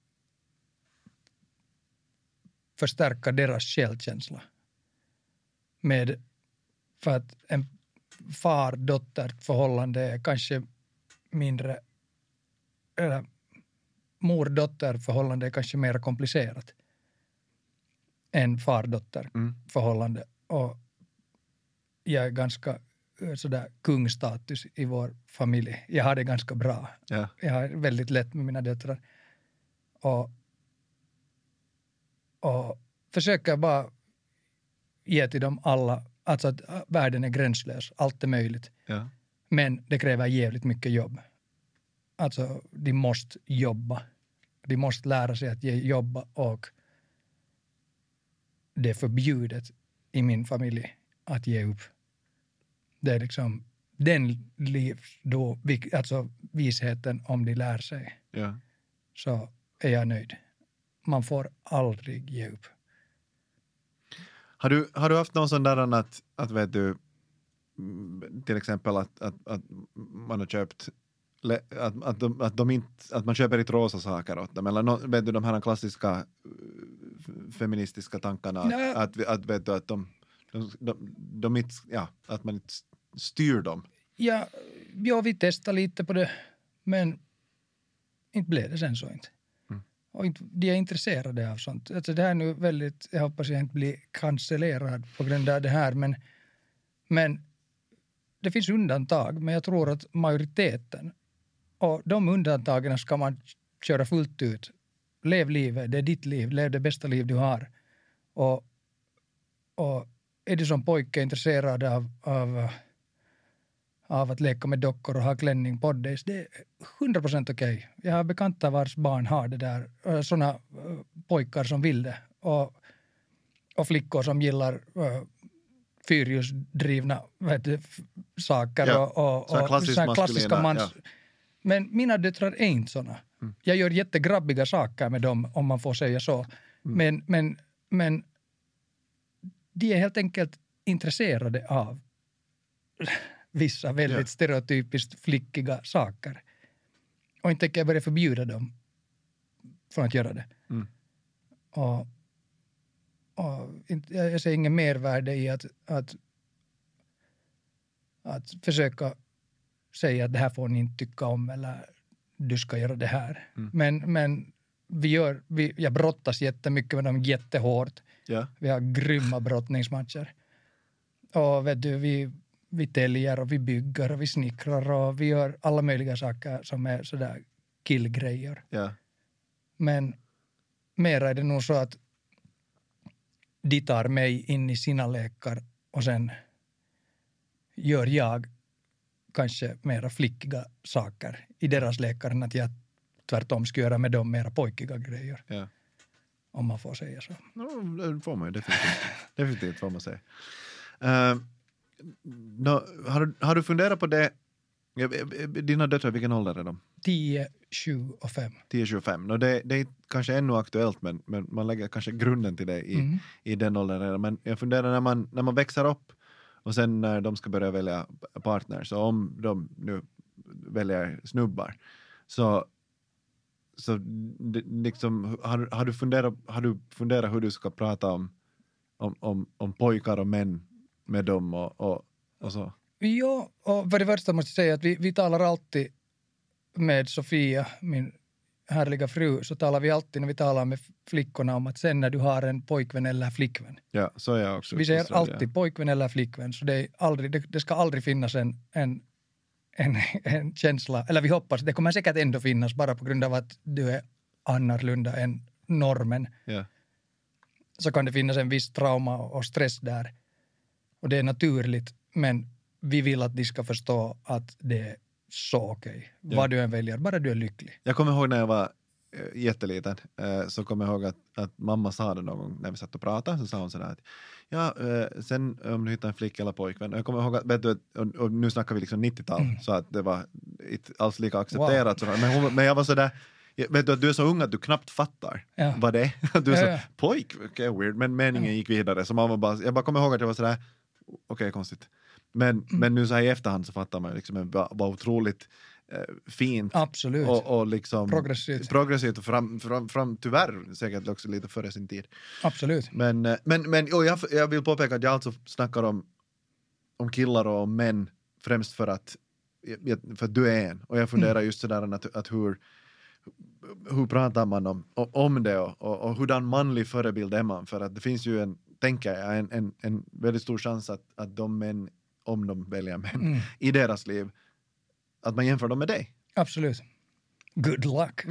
förstärka deras självkänsla. Med för att en far-dotter-förhållande är kanske mindre, eller mor-dotter-förhållande är kanske mer komplicerat än far-dotter-förhållande. Mm. Och jag är ganska sådär kungstatus i vår familj. Jag har det ganska bra. Ja. Jag har väldigt lätt med mina döttrar. Och, och försöker bara ge till dem alla, alltså att världen är gränslös, allt är möjligt. Ja. Men det kräver jävligt mycket jobb. Alltså, de måste jobba. De måste lära sig att jobba och det är förbjudet i min familj att ge upp. Det är liksom den liv då, alltså visheten om de lär sig. Ja. Så är jag nöjd. Man får aldrig ge upp. Har du, har du haft någon sån där att, att vet du, till exempel att, att, att man har köpt att, att, de, att, de inte, att man köper inte rosa saker åt dem, eller no, vet du de här klassiska feministiska tankarna att, att, att vet du att de, de, de, de inte, ja, att man inte styr dem. Ja, ja, vi testar lite på det, men inte blev det sen så inte. Mm. Och inte, de är intresserade av sånt. Alltså det här är nu väldigt, jag hoppas jag inte blir cancellerad på grund av det här, men, men det finns undantag, men jag tror att majoriteten, och de undantagen ska man köra fullt ut. Lev livet, det är ditt liv, lev det bästa liv du har. Och, och är du som pojke intresserad av, av, av att leka med dockor och ha klänning på dig, det är hundra procent okej. Okay. Jag har bekanta vars barn har det där, sådana pojkar som vill det. Och, och flickor som gillar uh, fyrhjulsdrivna vet du, saker ja, och, och, och klassisk klassiska mans... Ja. Men mina döttrar är inte sådana. Mm. Jag gör jättegrabbiga saker med dem, om man får säga så. Mm. Men, men, men de är helt enkelt intresserade av vissa väldigt ja. stereotypiskt flickiga saker. Och inte tänker jag börja förbjuda dem från att göra det. Mm. Och, och jag ser ingen mervärde i att, att, att försöka säga att det här får ni inte tycka om eller du ska göra det här. Mm. Men, men vi gör, vi, jag brottas jättemycket med dem jättehårt. Yeah. Vi har grymma brottningsmatcher. Och vet du, vi, vi täljer och vi bygger och vi snickrar och vi gör alla möjliga saker som är sådär killgrejer. Yeah. Men mer är det nog så att de tar mig in i sina lekar och sen gör jag kanske mera flickiga saker i deras lekar än att jag tvärtom ska göra med dem mera pojkiga grejer. Ja. Om man får säga så. No, det får man ju definitivt. definitivt får man säga. Uh, no, har, du, har du funderat på det? Dina döttrar, vilken ålder är de? tio, sju och fem. tio, sju och fem. No, det, det är kanske ännu aktuellt, men, men man lägger kanske grunden till det i, mm. i den åldern. Men jag funderar när man, när man växer upp och sen när de ska börja välja partner, så om de nu väljer snubbar, så, så liksom, har, har, du funderat, har du funderat hur du ska prata om, om, om, om pojkar och män med dem och, och, och så? Ja, och för det första måste jag säga att vi, vi talar alltid med Sofia, min härliga fru, så talar vi alltid när vi talar med flickorna om att sen när du har en pojkvän eller flickvän. Ja, så är jag också. Vi säger alltid pojkvän eller flickvän, så det, är aldrig, det, det ska aldrig finnas en, en, en, en känsla, eller vi hoppas, det kommer säkert ändå finnas bara på grund av att du är annorlunda än normen. Ja. Så kan det finnas en viss trauma och stress där. Och det är naturligt, men vi vill att de ska förstå att det är så okej. Okay. Vad ja. du än väljer, bara du är lycklig. Jag kommer ihåg när jag var äh, jätteliten, äh, så kommer jag ihåg att, att mamma sa det någon gång när vi satt och pratade, så sa hon sådär att ja, äh, sen om du hittar en flicka eller pojkvän. Jag kommer ihåg att, vet du, och, och nu snackar vi liksom nittiotal, mm. så att det var inte alls lika accepterat. Wow. Men, hon, men jag var sådär, vet du att du är så ung att du knappt fattar ja. vad det är. Du är så, ja, ja. pojk, okay, weird, men meningen mm. gick vidare. Så man bara, jag bara kommer ihåg att jag var sådär, okej, okay, konstigt. Men, mm. men nu så här i efterhand så fattar man liksom vad, vad otroligt eh, fint. Absolut. Och, och liksom progressivt. Progressivt och fram, fram, fram tyvärr säkert också lite före sin tid. Absolut. Men, men, men och jag, jag vill påpeka att jag alltså snackar om, om killar och om män främst för att, för att du är en. Och jag funderar mm. just sådär att, att hur, hur pratar man om, om det och, och, och hurdan manlig förebild är man? För att det finns ju en, tänker jag, en, en, en väldigt stor chans att, att de män, om de väljer män mm. i deras liv, att man jämför dem med dig. Absolut. Good luck.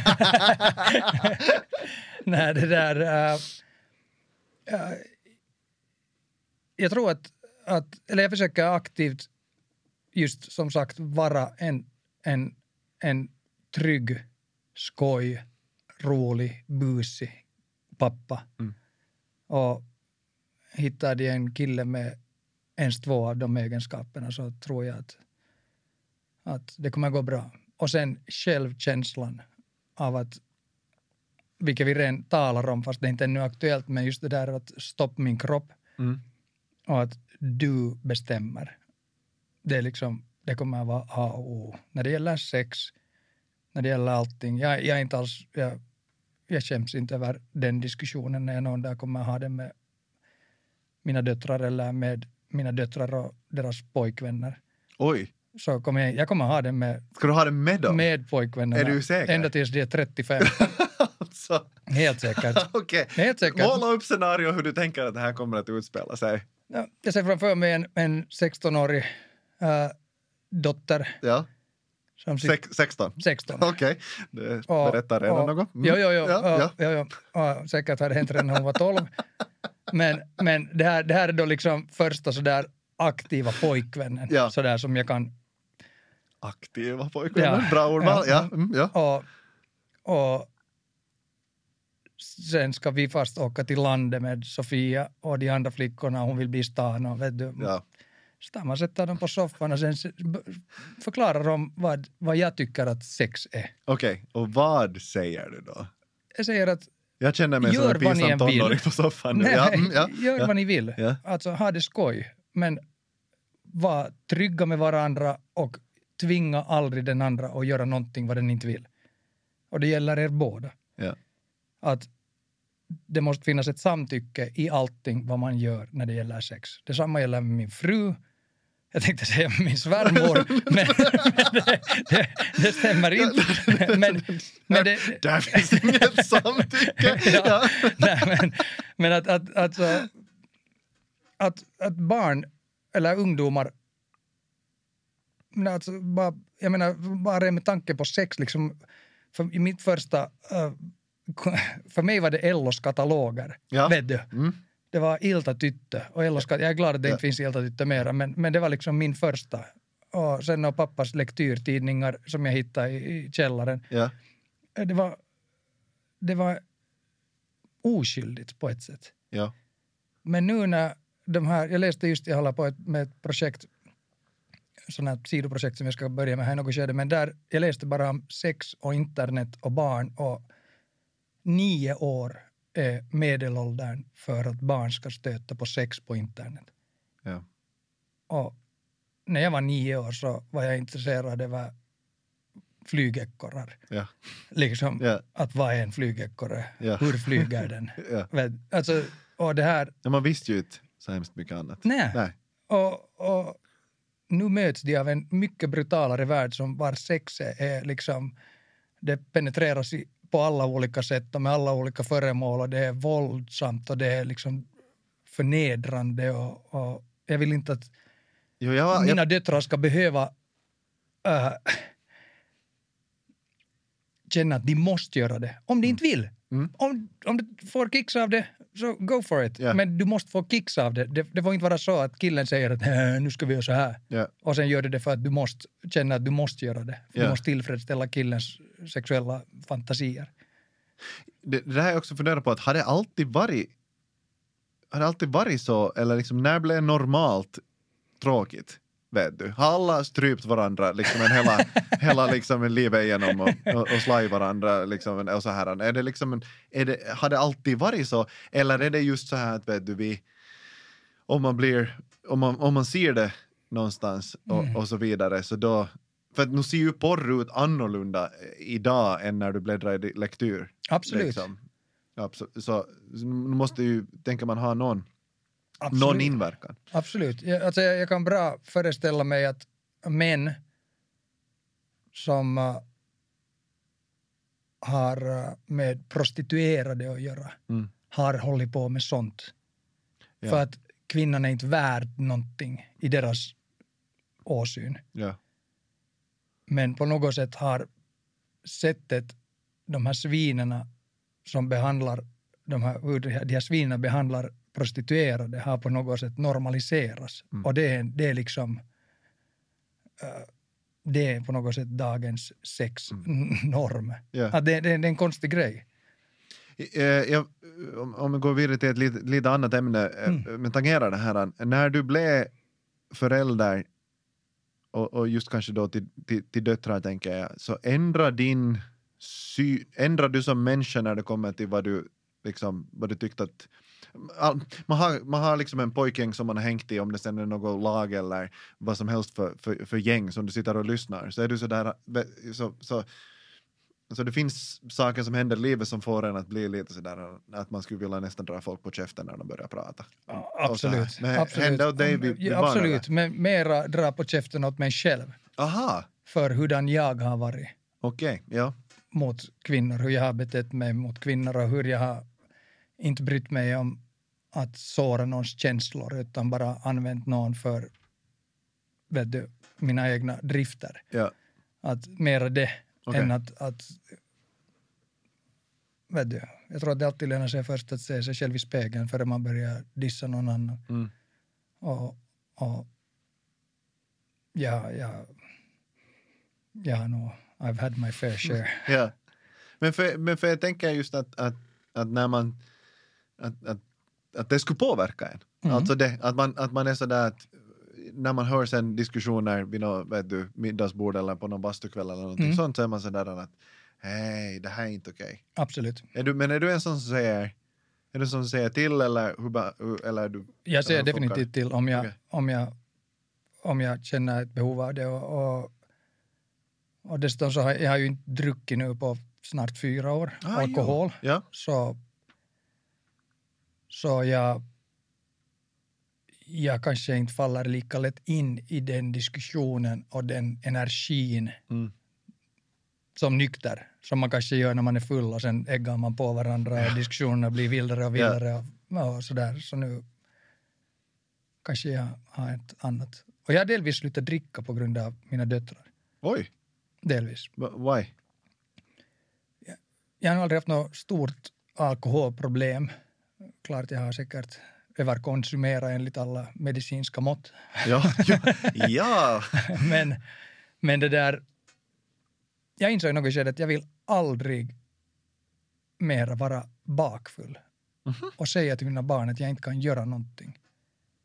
Nej, det där... Uh, uh, jag tror att, att... Eller jag försöker aktivt just som sagt vara en, en, en trygg, skoj, rolig, busig pappa. Mm. Och hittar de en kille med ens två av de egenskaperna, så tror jag att, att det kommer gå bra. Och sen självkänslan av att, vilket vi redan talar om, fast det är inte ännu aktuellt, men just det där att stoppa min kropp mm. och att du bestämmer. Det är liksom, det kommer att vara A och O. När det gäller sex, när det gäller allting. Jag, jag är inte alls, jag, jag känns inte över den diskussionen när någon där kommer att ha det med mina döttrar eller med mina döttrar och deras pojkvänner. Oj. Så kommer jag, jag kommer ha det med... Ska du ha det med dem? Med pojkvännerna. Är du säker? Ända tills de är trettiofem. alltså. Helt säkert. Okej. Okay. Helt säkert. Måla upp scenario hur du tänker att det här kommer att utspela sig. Ja, jag ser framför mig en, en sexton-årig äh, dotter. Ja. Som Sex, sexton? sexton. Okej. Okay. Det berättar redan och, något. Mm. Jo, jo, jo. Ja, ja. Ja, ja. Ja, säkert har det hänt redan när hon var tolv. Men, men det, här, det här är då liksom första sådär aktiva pojkvännen. Ja. Sådär som jag kan... Aktiva pojkvännen, ja. Bra ordval. Ja. Ja. Mm, ja. Och, och sen ska vi fast åka till landet med Sofia och de andra flickorna. Hon vill bli stan och vet du... Ja. Så där man sätter dem på soffan och sen förklarar de vad, vad jag tycker att sex är. Okej, okay. Och vad säger du då? Jag säger att jag känner mig som en pinsam tonåring på soffan nu. Nej, ja, mm, ja, gör ja. vad ni vill. Ja. Alltså ha det skoj. Men var trygga med varandra och tvinga aldrig den andra att göra någonting vad den inte vill. Och det gäller er båda. Ja. Att det måste finnas ett samtycke i allting vad man gör när det gäller sex. Detsamma gäller med min fru. Jag tänkte säga min svärmor, men, men det, det, det stämmer inte. Men, men det, där finns inget samtycke. ja, ja. Nej, men, men att, att, att, så, att, att barn eller ungdomar, men alltså, bara, jag menar, bara med tanke på sex, liksom, för i mitt första, uh, för mig var det Ellos kataloger, ja. Vet du? Mm. Det var Ilta tyttö. Och Ellos, jag är glad att det inte ja. finns Ilta tyttö mera. Men, men det var liksom min första. Och sen och pappas lektyrtidningar som jag hittade i, i källaren. Ja. Det var, det var oskyldigt på ett sätt. Ja. Men nu när, de här, jag läste just, jag håller på ett, med ett projekt, sådant här sidoprojekt som jag ska börja med här i något skede, men där jag läste bara om sex och internet och barn, och nio år är medelåldern för att barn ska stöta på sex på internet. Ja. Och när jag var nio år så var jag intresserad av flygekorrar. Ja. Liksom, Ja. att vad är en flygekorre? Ja. Hur flyger den? Ja. Men, alltså, och det här... Ja, man visste ju inte så hemskt mycket annat. Nej. Nej. Och, och nu möts de av en mycket brutalare värld som var sex är liksom... Det penetreras i, på alla olika sätt och med alla olika föremål, och det är våldsamt och det är liksom förnedrande, och, och jag vill inte att Jo, jag, var- mina jag, döttrar ska behöva äh, känna att de måste göra det. Om de inte vill. Mm. Om, om du får kicks av det, så go for it. Ja. Men du måste få kicks av det. det. Det får inte vara så att killen säger att äh, nu ska vi göra så här. ja. Och sen gör du det för att du måste känna att du måste göra det. För Ja. Du måste tillfredsställa killens sexuella fantasier. Det, det här är jag också funderat på, att har det alltid varit har det alltid varit så, eller liksom när blev normalt tråkigt, vet du? Har alla strypt varandra liksom en hela, hela liksom en livet igenom och, och, och slaj varandra liksom, och så här. Är det liksom en, är det, har det alltid varit så, eller är det just så här att, vet du, vi om man blir, om man, om man ser det någonstans och, Mm. och så vidare, så då, för att nu ser ju porr ut annorlunda idag än när du bläddrar i di- lektyr. Absolut. Liksom. Absolut. Så, så nu måste ju, tänker man, ha någon, Absolut. någon inverkan. Absolut. Jag, alltså jag, jag kan bra föreställa mig att män som uh, har uh, med prostituerade att göra Mm. har hållit på med sånt. Ja. För att kvinnan är inte värd någonting i deras åsyn. Ja. Men på något sätt har sättet de här svinerna som behandlar de här, hur de här, de här svinerna behandlar prostituerade har på något sätt normaliseras. Mm. Och det är, det är liksom uh, det är på något sätt dagens sexnorm. Ja. Att det, det, det är en konstig grej. Eh, Jag, om, om vi går vidare till ett lite, lite annat ämne, eh, Mm. men tangerar det här. När du blev förälder och, och just kanske då till, till, till döttrar, tänker jag, så ändrar din sy, ändrar du som människa när det kommer till vad du liksom, vad du tyckte att all, man har, man har liksom en pojkgäng som man har hängt i, om det sen är något lag eller vad som helst för, för, för gäng som du sitter och lyssnar, så är du så där så, så Så det finns saker som händer i livet som får en att bli lite sådär att man skulle vilja nästan dra folk på käften när de börjar prata. Ja, absolut. Men absolut. hände åt dig vid, vid Ja, absolut, barnen? men mera dra på käften åt mig själv Aha, för hurdan jag har varit okej, ja. mot kvinnor, hur jag har betett mig mot kvinnor och hur jag har inte brytt mig om att såra någons känslor utan bara använt någon för, vet du, mina egna drifter. Ja, Att mera det Okej. än att, att vet du, jag tror att det alltid lönar sig först att se sig själv i spegeln före man börjar dissa någon annan. mm. Och, och ja, ja, jag har nog, I've had my fair share. ja. Men för, men för jag tänker just att, att, att när man att, att, att det skulle påverka en. Mm. Alltså det, att man, att man är sådär att när man hör sen diskussioner vid något, vet du, middagsbord eller på någon bastukväll eller någonting Mm. sånt, så är man sådär att hej, det här är inte okej. Absolut. Är du, men är du en sån som säger är du en sån som säger till eller hur, ba- hur eller är du Jag säger eller hur funkar definitivt till om jag, Okej. om jag, om jag känner ett behov av det. Och, och, och dessutom så har jag har ju inte druckit nu på snart fyra år, Ah, alkohol. jo. Ja. Så, så jag, jag kanske inte faller lika lätt in i den diskussionen och den energin Mm. som nykter, som man kanske gör när man är full och sen äggar man på varandra och diskussionerna blir vildare och vildare och, och sådär. Så nu kanske jag har ett annat. Och jag har delvis slutat dricka på grund av mina döttrar. Oj, Delvis. va- why? Jag har aldrig haft något stort alkoholproblem. Klart jag har säkert överkonsumerat enligt alla medicinska mått. Ja, ja, ja. men, men det där... Jag insåg i något skede att jag vill aldrig mer vara bakfull. Mhm. Och säga till mina barn att jag inte kan göra någonting.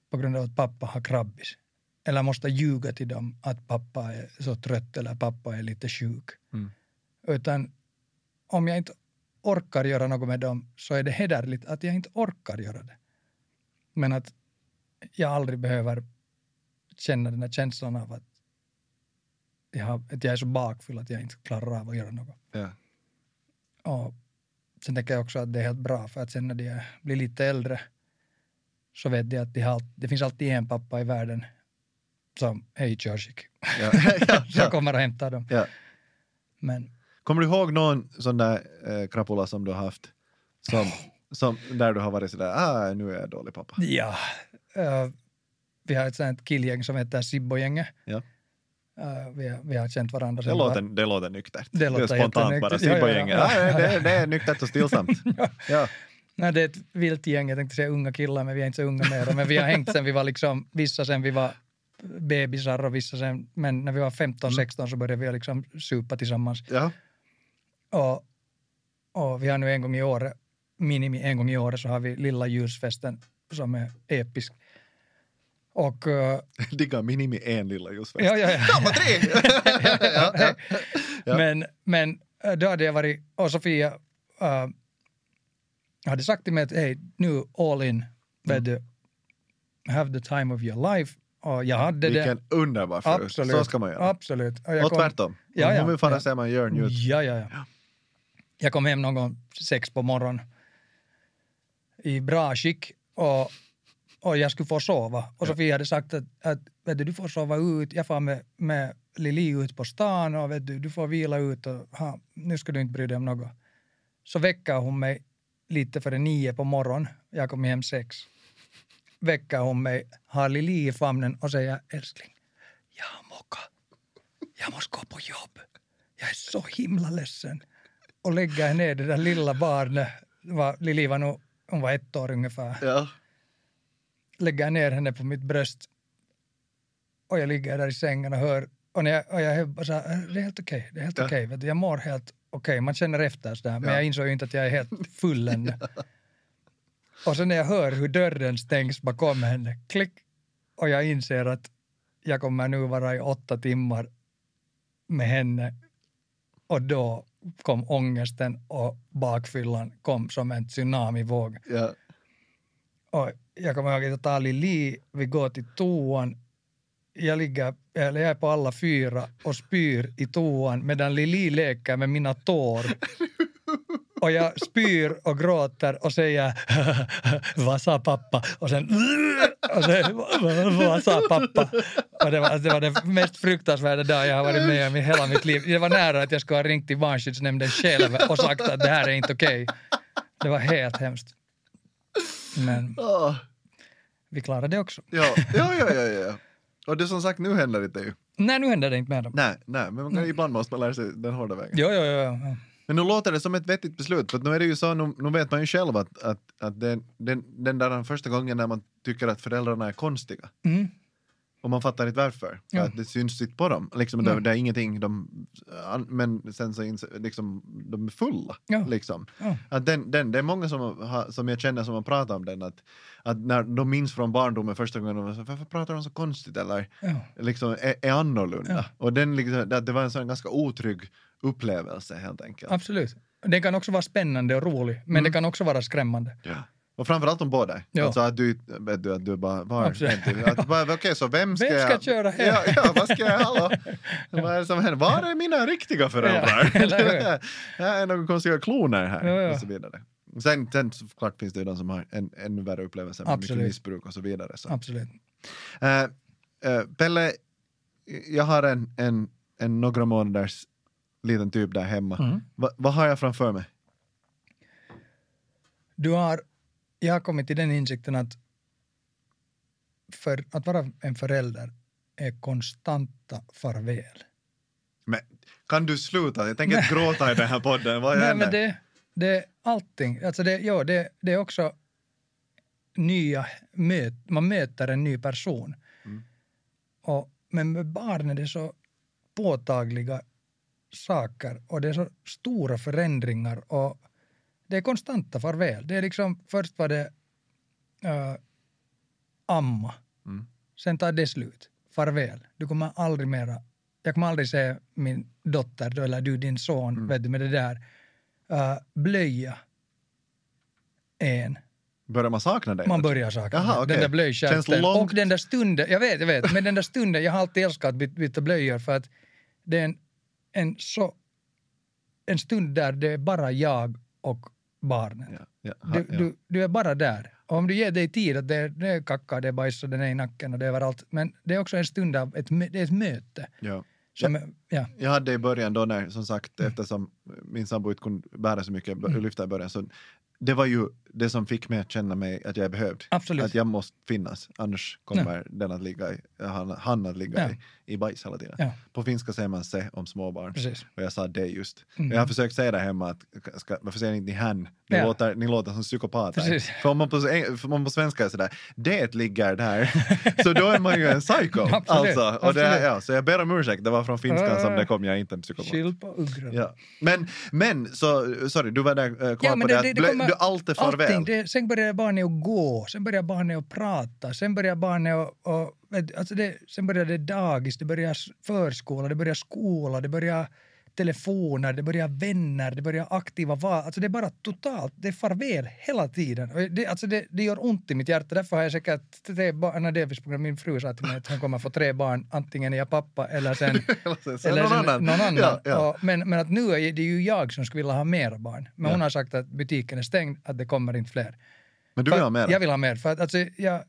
på grund av att pappa har krabbis. Eller måste ljuga till dem att pappa är så trött eller pappa är lite sjuk. Mm. Utan om jag inte orkar göra något med dem så är det hederligt att jag inte orkar göra det. Men att jag aldrig behöver känna den här känslan av att jag, har, att jag är så bakfull att jag inte klarar av att göra något. Ja. Och sen tänker jag också att det är helt bra för att sen när de blir lite äldre så vet jag att de har, det finns alltid en pappa i världen som är i körskick. Ja. Ja, som ja. kommer att hämta dem. Ja. Men Kommer du ihåg någon sån där eh, krapula som du har haft? Som, som, där du har varit sådär, ah, nu är jag dålig pappa. ja, uh, vi har ett sånt killgäng som heter Sibbo-gänget. Ja. Uh, vi, har, vi har känt varandra. Det låter, det låter nyktert. Det låter det är spontant bara. jättenykter. Sibbo-gänget. Ja, ja, ja. Ja, det, det är nyktert och stillsamt. Ja. Nej, det är ett vilt gäng, jag tänkte säga unga killar, men vi är inte så unga mer. Men vi har hängt sen vi var liksom, vissa sen vi var bebisar och vissa sen, men när vi var femton sexton så började vi liksom supa tillsammans. Ja. Och, och vi har nu en gång i året, minimi en gång i året så har vi lilla ljusfesten som är episk. Och uh, Digga minimi en lilla ljusfest. ja, ja, ja. Ja, vad tre! ja, ja. Ja. Men, men uh, då hade jag varit, och Sofia uh, hade sagt till mig att hej, nu all in, vet du, have the time of your life. Och jag hade Vilken det. underbar förut. Absolut. Så ska man göra. Absolut. Och, jag Och kom, tvärtom. Ja, Om ja, hon vill fara ja. sig man gör njut. Ja, ja, ja. Jag kom hem någon gång sex på morgon i bra skick och, och jag skulle få sova. Och Sofia hade sagt att, att vet du, du får sova ut. Jag får med, med Lili ut på stan och vet du, du får vila ut och ha, nu ska du inte bry dig om något. Så väckade hon mig lite före nio på morgon. Jag kom hem sex. Väckade hon mig, har Lili i famnen och säger älskling, jag har mocka. Jag måste gå på jobb. Jag är så himla ledsen. Och lägga ner det där lilla barnet. Var, Lili var nog, hon var ett år ungefär. Ja. Lägga ner henne på mitt bröst. Och jag ligger där i sängen och hör. Och, när jag, och jag bara så här, det är helt okej. Okay, det är helt Ja. okej. Okay, jag mår helt okej. Okay. Man känner efter sådär. Men Ja. jag insåg ju inte att jag är helt full ännu. Ja. Och sen när jag hör hur dörren stängs bakom henne. Klick. Och jag inser att jag kommer nu vara i åtta timmar med henne. Och då kom ångesten och bakfyllan kom som en tsunamivåg. Ja. Och jag kommer ihåg att jag tar Lili, vi går till toan. Jag ligger, eller jag är på alla fyra och spyr i toan medan Lili leker med mina tår. Och jag spyr och gråter och säger vad sa pappa? Och sen och sen, vad sa pappa? Och det var, det var det mest fruktansvärda dag jag har varit med om i hela mitt liv. Det var nära att jag skulle ha ringt till barnskyddsnämnden själv och sagt att det här är inte okej. Det var helt hemskt. Men Oh. vi klarade det också. Ja. Ja, ja, ja, ja. Och det som sagt, nu händer det ju. Nej, nu händer det inte med dem. Nej, nej, men man kan, ibland måste man lära sig den hårda vägen. Jo, jo, jo. jo. Men nu låter det som ett vettigt beslut, för nu är det ju så, nu, nu vet man ju själv att, att, att den, den, den där första gången när man tycker att föräldrarna är konstiga, Mm. och man fattar inte varför, för Ja. att det syns inte på dem, liksom, Ja. det, det är ingenting, de, men sen så inse, liksom, de är fulla, Ja. liksom. Ja. Att den, den, det är många som, har, som jag känner som har pratat om den, att, att när de minns från barndomen första gången, de var så, varför pratar de så konstigt, eller Ja. liksom, är, är annorlunda. Ja. Och den, liksom, det, det var en sån ganska otrygg upplevelse helt enkelt. Absolut. Det kan också vara spännande och rolig, men Mm. det kan också vara skrämmande. Ja. Och framförallt om båda. Ja. Alltså att du, vet du, att du bara var Absolut. att bara, okej, okay, så vem ska, Vem ska jag, köra hem? Ja, ja, vad ska jag, hallå? Vad är det som händer? Var är mina riktiga föräldrar? Ja, eller hur? Det är några konstiga kloner här, Ja, ja. och så vidare. Sen, sen såklart finns det ju de som har en ännu värre upplevelse med Absolut. mycket missbruk och så vidare. Så. Absolut. Uh, uh, Pelle, jag har en, en, en några månaders liten typ där hemma. Mm. Va, vad har jag framför mig? Du har, jag har kommit till den insikten att för att vara en förälder är konstanta farväl. Men kan du sluta? Jag tänker inte gråta i den här podden. Vad Nej, händer? men det, det är allting. Alltså det, ja, det, det är också nya möt, man möter en ny person. Mm. Och, men med barn är det så påtagliga saker och det är så stora förändringar och det är konstanta farväl. Det är liksom, först var det uh, amma. Mm. Sen tar det slut. Farväl. Du kommer aldrig mera... Jag kommer aldrig se min dotter då, eller du, din son, Mm. vet du, med det där. Uh, blöja. En. Börjar man sakna dig? Man börjar sakna Jaha, den okej. där blöjkärten. Känns långt. Och den där stunden, jag vet, jag vet, men den där stunden, jag har alltid älskat att byta, byta blöjor för att det är en, en, så, en stund där det är bara jag och barnen. Ja, ja, ha, Du, ja. du, du är bara där. Och om du ger dig tid att det är, det är kacka, det är bajs och den är i nacken och det är överallt. Men det är också en stund av ett, mö- det är ett möte. Ja. Som, ja. Ja. Jag hade i början då när, som sagt, Mm. eftersom min sambo inte kunde bära så mycket, Mm. lyfta i början, så det var ju det som fick mig att känna mig att jag är behövd. Absolut. Att jag måste finnas, annars kommer den att ligga i, han, han att ligga Ja. i, i bajs hela tiden. Ja. På finska säger man se om småbarn. Precis. Och jag sa det just. Mm. Jag har försökt säga det hemma att ska, varför säger ni inte ni han? Ni, Ja. låter, ni låter som psykopater. Precis. För om man, på, för man på svenska är sådär, det ligger där. Så då är man ju en psycho. Absolut. Alltså. Och det, Absolut. ja, så jag ber om ursäkt, det var från finskan Ah. som det kom, jag är inte en psykopat. Chill på uggran. Ja. Men, men så, sorry, du var där äh, kvar Ja, men på det- det, det- att det blö- kommer- du alltid farväl. Allting, det, sen börjar barnet att gå, sen börjar barnet att prata, sen börjar barnet att, och, vet, alltså det, sen börjar det dagis, det börjar förskola, det börjar skola, det börjar telefoner, det börjar vänner, det börjar aktiva val. Alltså det är bara totalt, det är farväl hela tiden. Och det, alltså det, det gör ont i mitt hjärta, därför har jag säkert tre barn, nej, delvis på grund av min fru sa till mig att hon kommer få tre barn, antingen är jag pappa eller sen Sen eller någon sen annan. någon annan. Ja, ja. Och, men, men att nu är det ju jag som skulle vilja ha mera barn. Men Ja. hon har sagt att butiken är stängd, att det kommer inte fler. Men du För vill ha att- mer? Jag vill ha mer. För att alltså, jag...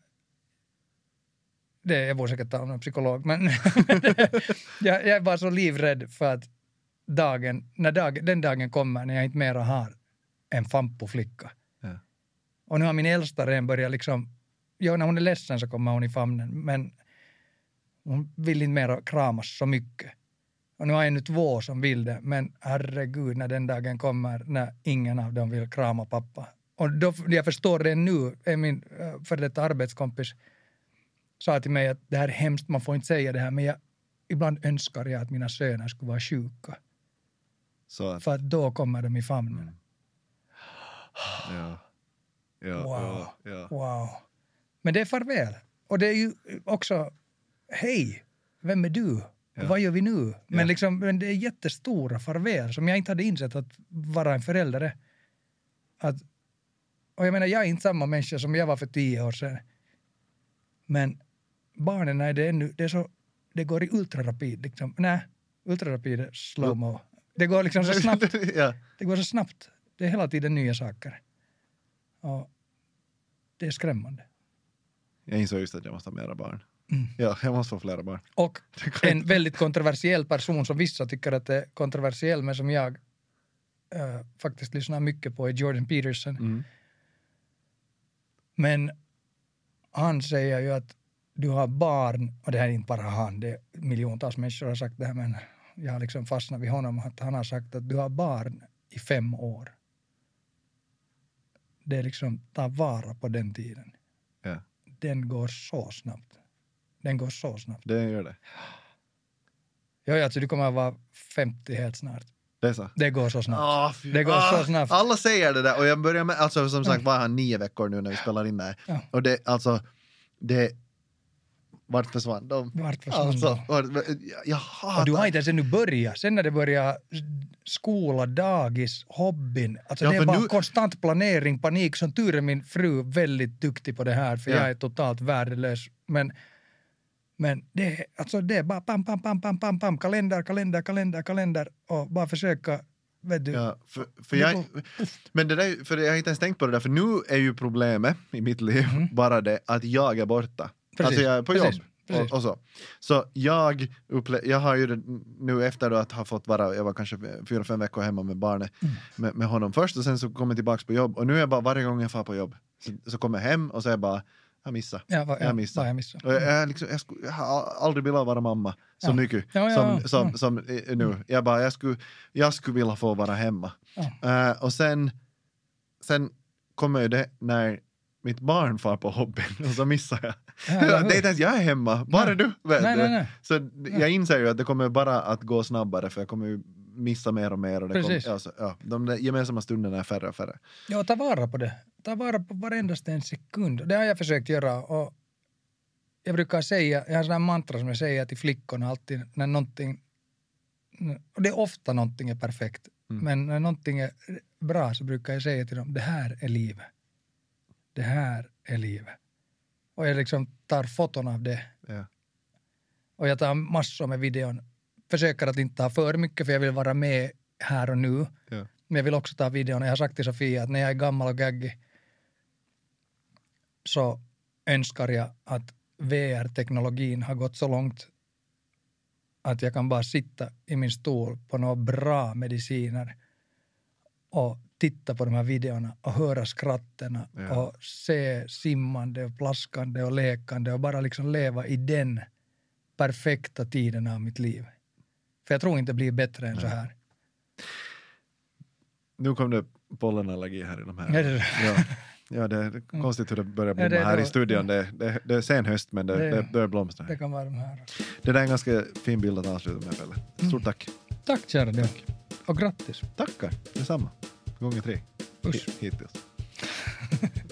Det, jag borde säkert ta om en psykolog, men jag, jag är bara så livrädd för att dagen, när dag, den dagen kommer när jag inte mera har en fampo-flicka. Ja. Och nu har min äldsta redan börjat liksom... Ja, när hon är ledsen så kommer hon i famnen, men hon vill inte mera kramas så mycket. Och nu har jag nu två som vill det, men herregud när den dagen kommer när ingen av dem vill krama pappa. Och då, jag förstår det nu, är min uh, för detta arbetskompis sa till mig att det här är hemskt, man får inte säga det här, men jag, ibland önskar jag att mina söner skulle vara sjuka. Så att, För att då kommer de i famnen. Mm. ja. Ja, Wow. ja, ja. Wow. Men det är farväl. Och det är ju också, hej, vem är du? Ja. Och vad gör vi nu? Men, Ja. liksom, men det är jättestora farväl som jag inte hade insett att vara en förälder är. Att, och jag menar, jag är inte samma människa som jag var för tio år sedan. Men barnen är det ännu, det är så, det går i ultrarapid liksom. Nej, ultrarapid är slow-mo. Det går liksom så snabbt. ja. Det går så snabbt. Det är hela tiden nya saker. Och det är skrämmande. Jag insåg just att jag måste ha mera barn. Mm. Ja, jag måste få flera barn. Och en väldigt kontroversiell person som vissa tycker att det är kontroversiell, men som jag äh, faktiskt lyssnar mycket på är Jordan Peterson. Mm. Men han säger ju att du har barn, och det här är inte bara han, det är miljontals människor har sagt det här, men jag har liksom fastnat vid honom, att han har sagt att du har barn i fem år. Det är liksom, ta vara på den tiden. Ja, Den går så snabbt. Den går så snabbt. det gör det. Ja, alltså du kommer att vara femtio helt snart. Det är så. Det går så snabbt. Ah, fy- Det går ah, så snabbt. Alla säger det där och jag börjar med, alltså som sagt Ja. var han nio veckor nu när vi spelar in där. Ja. Och det, alltså, det, vart försvann de? Vart försvann Alltså, de? vart, jag, jag hatar. Och du har inte ens ännu börjat. Sen när det börjar skola, dagis, hobbyn. Alltså Ja, det är för bara nu- konstant planering, panik. Som tur är min fru väldigt duktig på det här, för Ja. jag är totalt värdelös. Men, men det, är, alltså det är bara pam, pam, pam, pam, pam, pam, kalender, kalender, kalender, kalender. Och bara försöka, vet du. Ja, för, för Det jag, går- men det där, för jag har inte ens tänkt på det där, för nu är ju problemet i mitt liv Mhm. bara det att jag är borta. Precis, Alltså jag är på precis, jobb precis. och, och så. Så jag, upple- jag har ju det, nu efter då att ha fått vara, jag var kanske fyra, fem veckor hemma med barnet, Mm. med, med honom först och sen så kom jag tillbaka på jobb och nu är jag bara varje gång jag far på jobb så, så kommer jag hem och så är jag bara, jag missar. Ja, vad, Jag ja, missar. vad jag missar. Och jag, jag, liksom, jag, skulle, jag har aldrig velat vara mamma så Ja. mycket Ja, ja, som, ja. som, Mm. som eh, nu. Jag bara, jag skulle, jag skulle vilja få vara hemma. Ja. Eh, och sen, sen kommer ju det när mitt barn far på hobbyn och så missar jag. Ja, eller hur? det är inte ens jag är hemma, bara Nej. du. Vet Nej, du. nej, nej. Så jag inser ju att det kommer bara att gå snabbare för jag kommer ju missa mer och mer. Och det Precis. kommer, alltså, ja, de där gemensamma stunderna är färre och färre. Ja, ta vara på det. Ta vara på varenda en sekund. Det har jag försökt göra. Och jag brukar säga, jag har sådana mantra som jag säger till flickorna alltid när någonting, och det är ofta någonting är perfekt, mm. men när någonting är bra så brukar jag säga till dem, det här är livet. Det här är livet. Och jag liksom tar foton av det. Ja. Och jag tar massor med videon. Försöker att inte ha för mycket för jag vill vara med här och nu. Ja. Men jag vill också ta videon. Jag har sagt till Sofia att när jag är gammal och gaggig så önskar jag att V R-teknologin har gått så långt att jag kan bara sitta i min stol på några bra mediciner och titta på de här videorna och höra skratterna ja. och se simmande och plaskande och lekande och bara liksom leva i den perfekta tiden av mitt liv. För jag tror inte det blir bättre än Nej. så här. Nu kom det pollenallergi här i de här. Ja, det, ja. ja, det är konstigt hur det börjar blomma ja, det här då, i studion. Det, det, det är sen höst men det, det, det börjar blomstra. Det kan vara de här. Det där är en ganska fin bild att avsluta med, Pelle. Stort mm. tack. Tack, kära du. Och grattis. Tackar, detsamma. Gånger tre. Usch. Hittills.